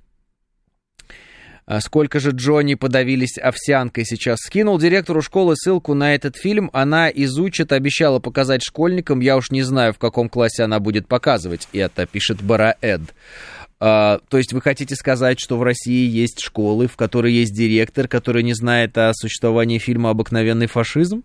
Сколько же Джонни подавились овсянкой сейчас. Скинул директору школы ссылку на этот фильм. Она изучит, обещала показать школьникам. Я уж не знаю, в каком классе она будет показывать это, пишет Бараэд. То есть вы хотите сказать, что в России есть школы, в которой есть директор, который не знает о существовании фильма «Обыкновенный фашизм»?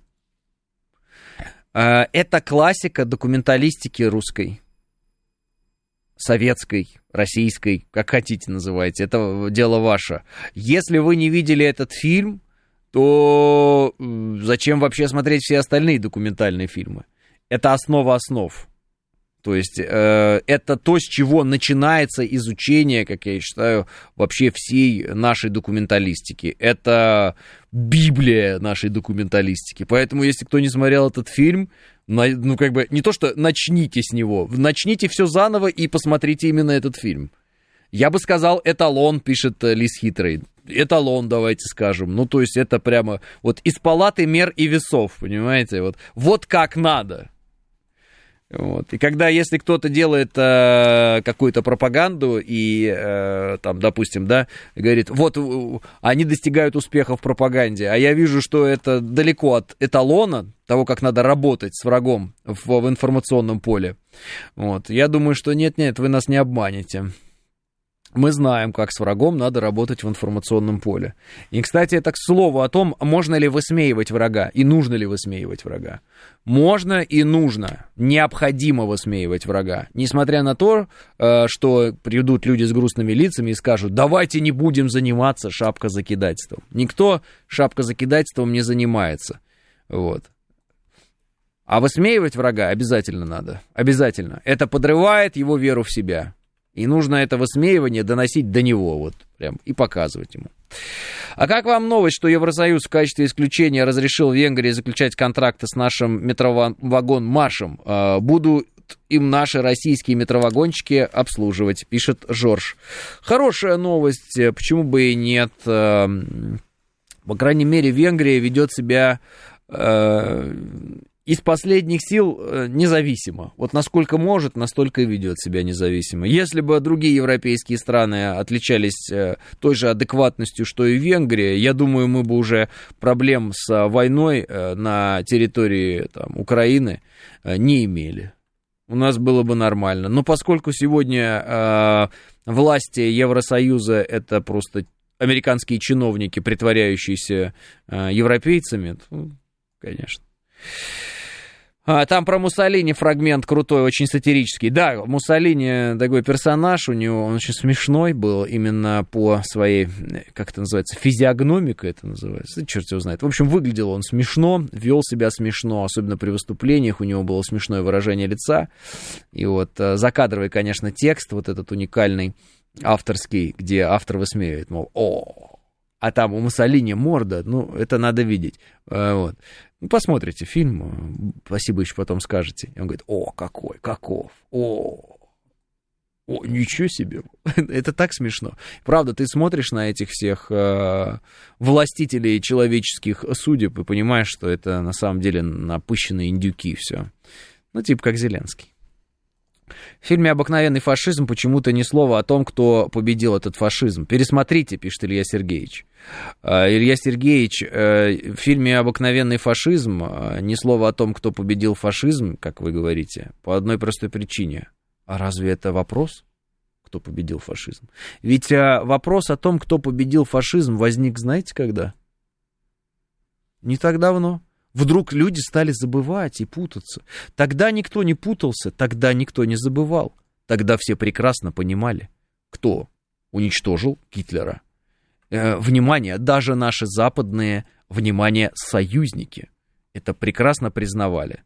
Это классика документалистики русской, советской, российской, как хотите называйте, это дело ваше. Если вы не видели этот фильм, то зачем вообще смотреть все остальные документальные фильмы? Это основа основ. То есть это то, с чего начинается изучение, как я считаю, вообще всей нашей документалистики. Это Библия нашей документалистики. Поэтому, если кто не смотрел этот фильм, ну, как бы, не то что начните с него, начните все заново и посмотрите именно этот фильм. Я бы сказал, эталон, пишет Лис Хитрый. Эталон, давайте скажем. Ну, то есть это прямо вот из палаты мер и весов, понимаете? Вот как надо. Вот. И когда, если кто-то делает какую-то пропаганду и, там, допустим, да, говорит, вот они достигают успеха в пропаганде, а я вижу, что это далеко от эталона того, как надо работать с врагом в информационном поле, вот, я думаю, что нет, вы нас не обманете. Мы знаем, как с врагом надо работать в информационном поле. И, кстати, это к слову о том, можно ли высмеивать врага и нужно ли высмеивать врага. Можно и нужно, необходимо высмеивать врага. Несмотря на то, что придут люди с грустными лицами и скажут, давайте не будем заниматься шапкозакидательством. Никто шапкозакидательством не занимается. Вот. А высмеивать врага обязательно надо. Обязательно. Это подрывает его веру в себя. И нужно это высмеивание доносить до него, вот, прям, и показывать ему. А как вам новость, что Евросоюз в качестве исключения разрешил Венгрии заключать контракты с нашим метровагон-маршем? Будут им наши российские метровагончики обслуживать, пишет Жорж. Хорошая новость, почему бы и нет. По крайней мере, Венгрия ведет себя из последних сил независимо. Вот насколько может, настолько и ведет себя независимо. Если бы другие европейские страны отличались той же адекватностью, что и Венгрия, я думаю, мы бы уже проблем с войной на территории там, Украины не имели. У нас было бы нормально. Но поскольку сегодня власти Евросоюза это просто американские чиновники, притворяющиеся европейцами, то, конечно. Там про Муссолини фрагмент крутой, очень сатирический. Да, Муссолини такой персонаж, у него он очень смешной был именно по своей, как это называется, физиогномика это называется, черт его знает. В общем, выглядел он смешно, вел себя смешно, особенно при выступлениях, у него было смешное выражение лица. И вот закадровый, конечно, текст, вот этот уникальный, авторский, где автор высмеивает, мол, а там у Муссолини морда, ну, это надо видеть. Вот. Ну, посмотрите фильм, спасибо еще потом скажете. И он говорит, каков, ничего себе. Это так смешно. Правда, ты смотришь на этих всех властителей человеческих судеб и понимаешь, что это на самом деле напыщенные индюки все. Ну, типа как Зеленский. В фильме «Обыкновенный фашизм» почему-то ни слова о том, кто победил этот фашизм. Пересмотрите, пишет Илья Сергеевич. Илья Сергеевич, в фильме «Обыкновенный фашизм» ни слова о том, кто победил фашизм, как вы говорите, по одной простой причине. А разве это вопрос, кто победил фашизм? Ведь вопрос о том, кто победил фашизм, возник, знаете, когда? Не так давно. Вдруг люди стали забывать и путаться. Тогда никто не путался, тогда никто не забывал. Тогда все прекрасно понимали, кто уничтожил Гитлера. Внимание, даже наши западные, союзники это прекрасно признавали.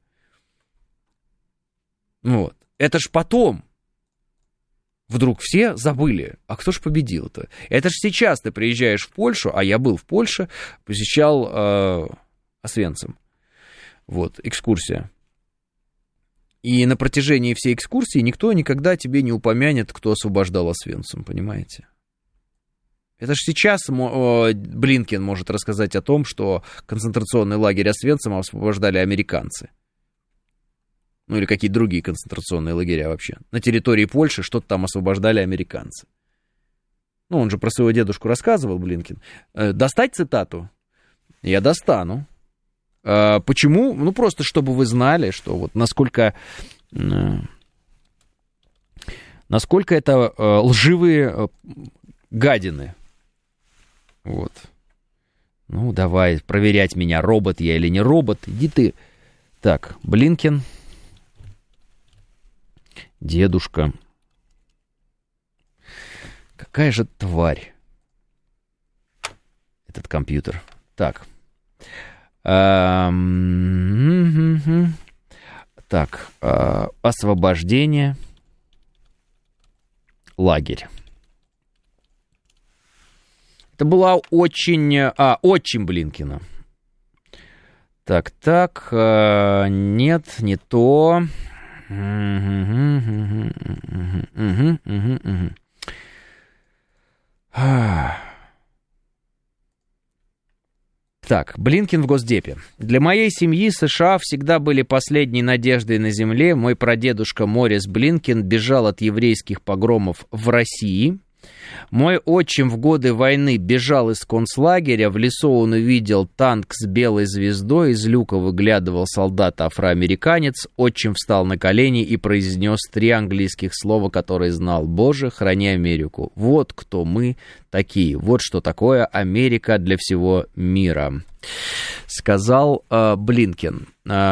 Вот. Это ж потом вдруг все забыли, а кто ж победил-то? Это ж сейчас ты приезжаешь в Польшу, а я был в Польше, посещал Освенцим. Вот, экскурсия. И на протяжении всей экскурсии никто никогда тебе не упомянет, кто освобождал Освенцим, понимаете? Это же сейчас Блинкен может рассказать о том, что концентрационный лагерь Освенцим освобождали американцы. Ну или какие-то другие концентрационные лагеря вообще. На территории Польши что-то там освобождали американцы. Ну, он же про своего дедушку рассказывал, Блинкен. Достать цитату? Я достану. Почему? Ну, просто чтобы вы знали, что вот насколько это лживые гадины. Вот. Ну, давай проверять меня, робот я или не робот. Иди ты. Так, Блинкен. Дедушка. Какая же тварь. Этот компьютер. Так. Так, освобождение, лагерь. Это была отчим Блинкена. Так, нет, не то. Так, Блинкен в Госдепе. Для моей семьи США всегда были последней надеждой на земле. Мой прадедушка Морис Блинкен бежал от еврейских погромов в России. Мой отчим в годы войны бежал из концлагеря. В лесу он увидел танк с белой звездой. Из люка выглядывал солдат-афроамериканец. Отчим встал на колени и произнес 3 английских слова, которые знал: «Боже, храни Америку». Вот кто мы такие. Вот что такое Америка для всего мира. Сказал Блинкен.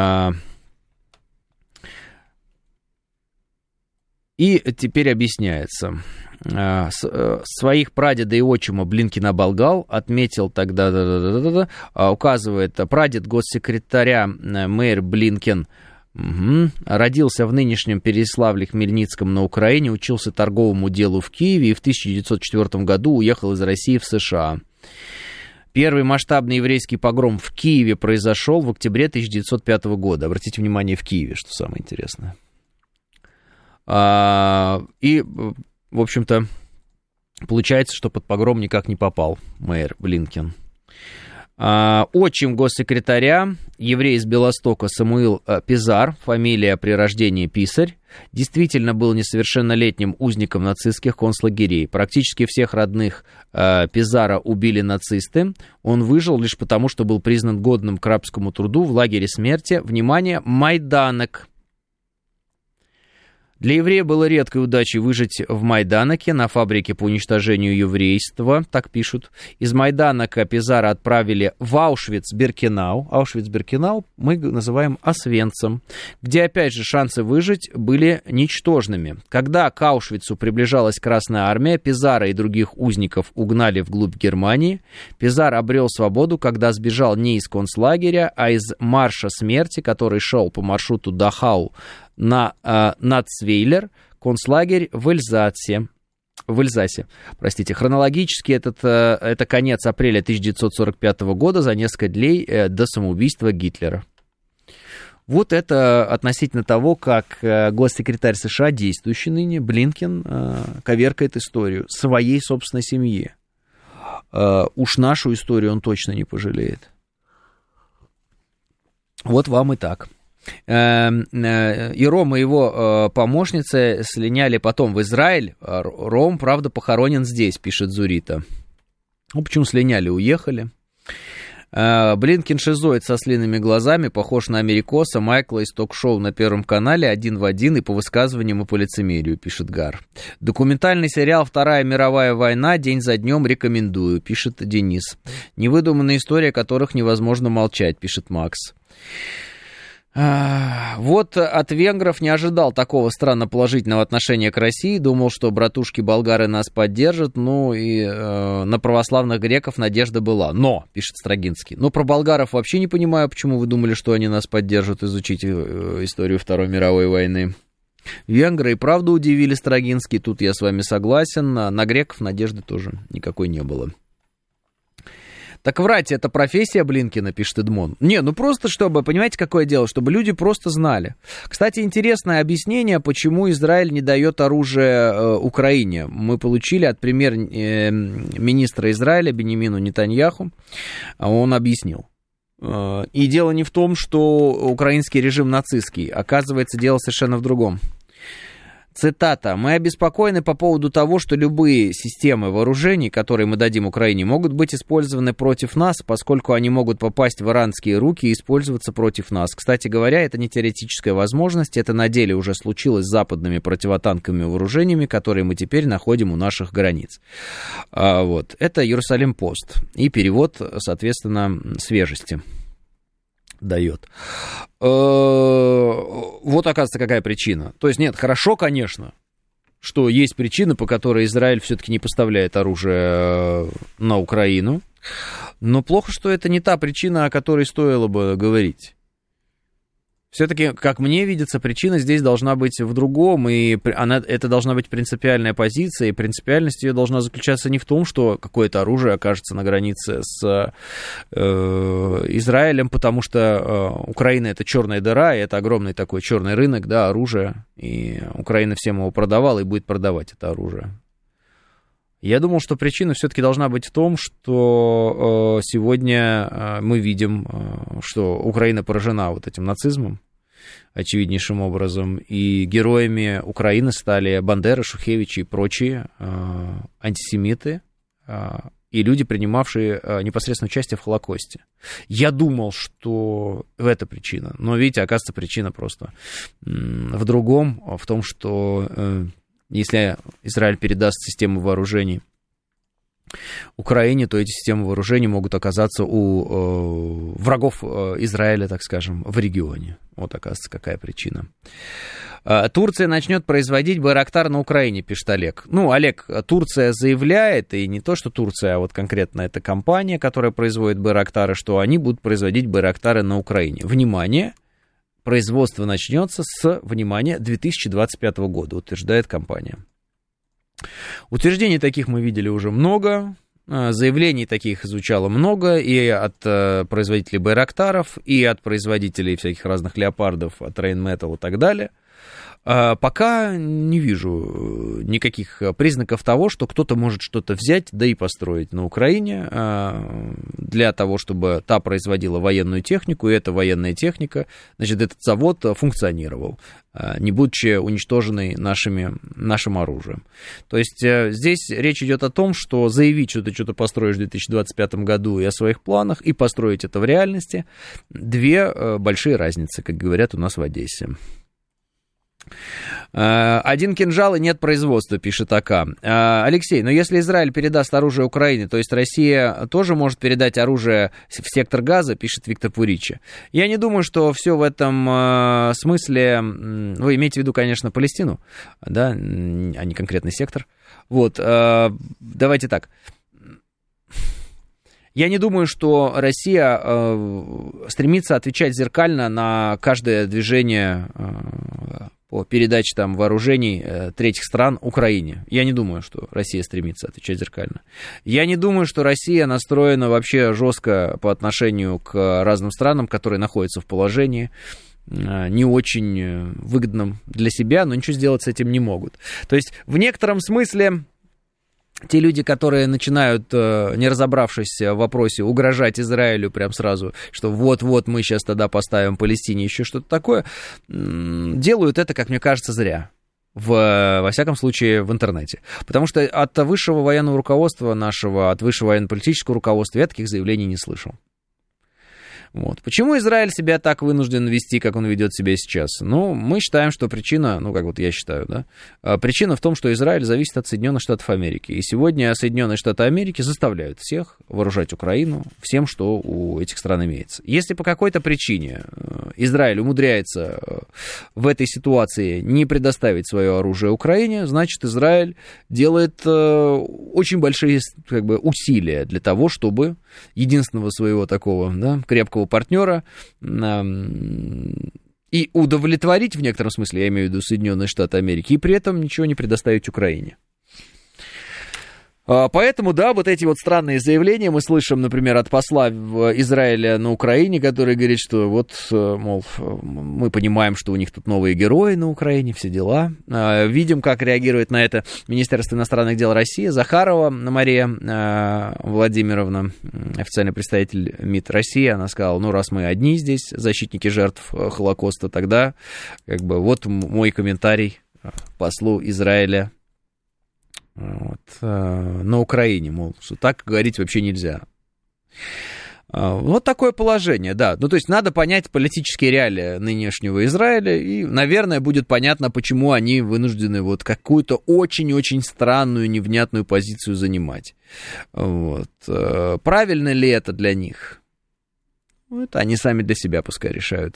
И теперь объясняется. Своих прадеда и отчима Блинкен оболгал, отметил тогда, указывает, прадед госсекретаря Мэйр Блинкен родился в нынешнем Переяславле-Хмельницком на Украине, учился торговому делу в Киеве и в 1904 году уехал из России в США. Первый масштабный еврейский погром в Киеве произошел в октябре 1905 года. Обратите внимание, в Киеве, что самое интересное. И, в общем-то, получается, что под погром никак не попал Мэйр Блинкен. Отчим госсекретаря, еврей из Белостока Самуил Пизар, фамилия при рождении Писарь, действительно был несовершеннолетним узником нацистских концлагерей. Практически всех родных Пизара убили нацисты. Он выжил лишь потому, что был признан годным к рабскому труду в лагере смерти. Внимание, Майданек. Для еврея было редкой удачей выжить в Майданаке, на фабрике по уничтожению еврейства, так пишут. Из Майданака Пизарро отправили в Аушвиц-Биркенау. Аушвиц-Биркенау мы называем Освенцем, где, опять же, шансы выжить были ничтожными. Когда к Аушвицу приближалась Красная Армия, Пизарро и других узников угнали вглубь Германии. Пизарро обрел свободу, когда сбежал не из концлагеря, а из марша смерти, который шел по маршруту Дахау на Нацвейлер, концлагерь в Эльзасе. Хронологически это конец апреля 1945 года, за несколько дней до самоубийства Гитлера. Вот это относительно того, как госсекретарь США, действующий ныне, Блинкен, коверкает историю своей собственной семьи. Уж нашу историю он точно не пожалеет. Вот вам и так. И Ром и его помощницы слиняли потом в Израиль. Ром, правда, похоронен здесь, пишет Зурита. Ну, почему слиняли, уехали. Блинкен шизоид со слиными глазами, похож на америкоса Майкла из ток-шоу на Первом канале, один в один и по высказываниям и по лицемерию, пишет Гар. Документальный сериал «Вторая мировая война» день за днем рекомендую, пишет Денис. Невыдуманные истории, о которых невозможно молчать, пишет Макс. Вот от венгров не ожидал такого странно положительного отношения к России. Думал, что братушки-болгары нас поддержат. Ну и на православных греков надежда была. Но, пишет Строгинский, но про болгаров вообще не понимаю, почему вы думали, что они нас поддержат. Изучите историю Второй мировой войны. Венгры и правда удивили, Строгинский. Тут я с вами согласен. На греков надежды тоже никакой не было. Так врать, это профессия Блинкена, пишет Эдмон. Не, ну просто чтобы, понимаете, какое дело, чтобы люди просто знали. Кстати, интересное объяснение, почему Израиль не дает оружие Украине. Мы получили от премьер-министра Израиля Беньямину Нетаньяху, он объяснил. И дело не в том, что украинский режим нацистский. Оказывается, дело совершенно в другом. Цитата. «Мы обеспокоены по поводу того, что любые системы вооружений, которые мы дадим Украине, могут быть использованы против нас, поскольку они могут попасть в иранские руки и использоваться против нас. Кстати говоря, это не теоретическая возможность, это на деле уже случилось с западными противотанковыми вооружениями, которые мы теперь находим у наших границ». Вот. Это Иерусалим-Пост. И перевод, соответственно, свежести дает. Вот, оказывается, какая причина. То есть, нет, хорошо, конечно, что есть причина, по которой Израиль все-таки не поставляет оружие на Украину, но плохо, что это не та причина, о которой стоило бы говорить. Все-таки, как мне видится, причина здесь должна быть в другом, и это должна быть принципиальная позиция, и принципиальность ее должна заключаться не в том, что какое-то оружие окажется на границе с Израилем, потому что Украина — это черная дыра, и это огромный такой черный рынок, да, оружия, и Украина всем его продавала и будет продавать это оружие. Я думал, что причина все-таки должна быть в том, что сегодня мы видим, что Украина поражена вот этим нацизмом, очевиднейшим образом, и героями Украины стали Бандера, Шухевич и прочие антисемиты и люди, принимавшие непосредственно участие в Холокосте. Я думал, что это причина, но, видите, оказывается, причина просто в другом, в том, что если Израиль передаст систему вооружений Украине, то эти системы вооружений могут оказаться у врагов Израиля, так скажем, в регионе. Вот, оказывается, какая причина. Турция начнет производить Байрактар на Украине, пишет Олег. Ну, Олег, Турция заявляет, и не то, что Турция, а вот конкретно эта компания, которая производит Байрактары, что они будут производить Байрактары на Украине. Внимание! Производство начнется с, внимания, 2025 года, утверждает компания. Утверждений таких мы видели уже много, заявлений таких звучало много и от производителей Байрактаров, и от производителей всяких разных леопардов, от Rheinmetall и так далее. Пока не вижу никаких признаков того, что кто-то может что-то взять, да и построить на Украине для того, чтобы та производила военную технику, и эта военная техника, значит, этот завод функционировал, не будучи уничтоженный нашим оружием. То есть здесь речь идет о том, что заявить, что ты что-то построишь в 2025 году и о своих планах, и построить это в реальности, две большие разницы, как говорят у нас в Одессе. Один кинжал и нет производства, пишет АК. Алексей, но если Израиль передаст оружие Украине, то есть Россия тоже может передать оружие в сектор Газа, пишет Виктор Пуричи. Я не думаю, что все в этом смысле... Вы имеете в виду, конечно, Палестину, да, а не конкретный сектор. Вот, давайте так. Я не думаю, что Россия стремится отвечать зеркально на каждое движение по передаче там вооружений третьих стран Украине. Я не думаю, что Россия стремится отвечать зеркально. Я не думаю, что Россия настроена вообще жестко по отношению к разным странам, которые находятся в положении не очень выгодном для себя, но ничего сделать с этим не могут. То есть в некотором смысле... Те люди, которые начинают, не разобравшись в вопросе, угрожать Израилю прям сразу, что вот-вот мы сейчас тогда поставим Палестине еще что-то такое, делают это, как мне кажется, зря. Во всяком случае, в интернете. Потому что от высшего военного руководства нашего, от высшего военно-политического руководства я таких заявлений не слышал. Вот. Почему Израиль себя так вынужден вести, как он ведет себя сейчас? Ну, мы считаем, что причина, ну, как вот я считаю, да, причина в том, что Израиль зависит от Соединенных Штатов Америки. И сегодня Соединенные Штаты Америки заставляют всех вооружать Украину всем, что у этих стран имеется. Если по какой-то причине Израиль умудряется в этой ситуации не предоставить свое оружие Украине, значит, Израиль делает очень большие, как бы, усилия для того, чтобы единственного своего такого, да, крепкого партнера и удовлетворить в некотором смысле, я имею в виду Соединенные Штаты Америки, и при этом ничего не предоставить Украине. Поэтому, да, вот эти вот странные заявления мы слышим, например, от посла Израиля на Украине, который говорит, что вот, мол, мы понимаем, что у них тут новые герои на Украине, все дела. Видим, как реагирует на это Министерство иностранных дел России. Захарова Мария Владимировна, официальный представитель МИД России, она сказала, ну, раз мы одни здесь, защитники жертв Холокоста, тогда, как бы, вот мой комментарий послу Израиля. Вот, на Украине, мол, что так говорить вообще нельзя. Вот такое положение, да. Ну, то есть надо понять политические реалии нынешнего Израиля, и, наверное, будет понятно, почему они вынуждены вот какую-то очень-очень странную, невнятную позицию занимать. Вот. Правильно ли это для них? Это они сами для себя пускай решают.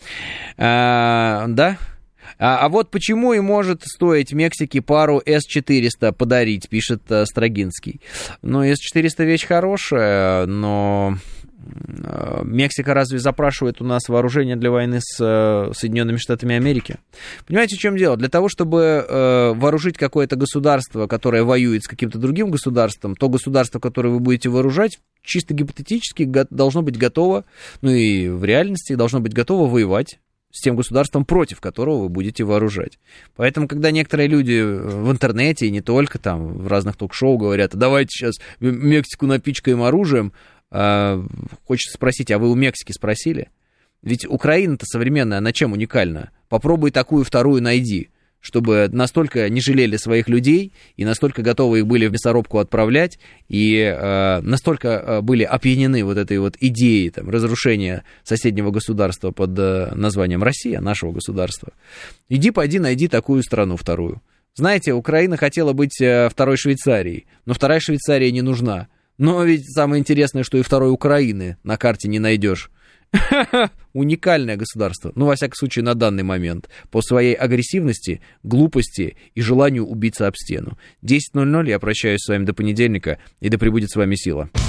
Да? А вот почему и может стоить Мексике пару С-400 подарить, пишет Строгинский. Ну, С-400 вещь хорошая, но Мексика разве запрашивает у нас вооружение для войны с Соединенными Штатами Америки? Понимаете, в чем дело? Для того, чтобы вооружить какое-то государство, которое воюет с каким-то другим государством, то государство, которое вы будете вооружать, чисто гипотетически должно быть готово, ну и в реальности должно быть готово воевать с тем государством, против которого вы будете вооружать. Поэтому, когда некоторые люди в интернете, и не только там, в разных ток-шоу говорят, давайте сейчас Мексику напичкаем оружием, хочется спросить, а вы у Мексики спросили? Ведь Украина-то современная, она чем уникальна? Попробуй такую вторую найди, чтобы настолько не жалели своих людей, и настолько готовы их были в мясорубку отправлять, и настолько были опьянены вот этой вот идеей там, разрушения соседнего государства под названием Россия, нашего государства. Пойди найди такую страну вторую. Знаете, Украина хотела быть второй Швейцарией, но вторая Швейцария не нужна. Но ведь самое интересное, что и второй Украины на карте не найдешь. Уникальное государство, ну, во всяком случае, на данный момент, по своей агрессивности, глупости и желанию убиться об стену. 10:00, я прощаюсь с вами до понедельника, и да пребудет с вами сила.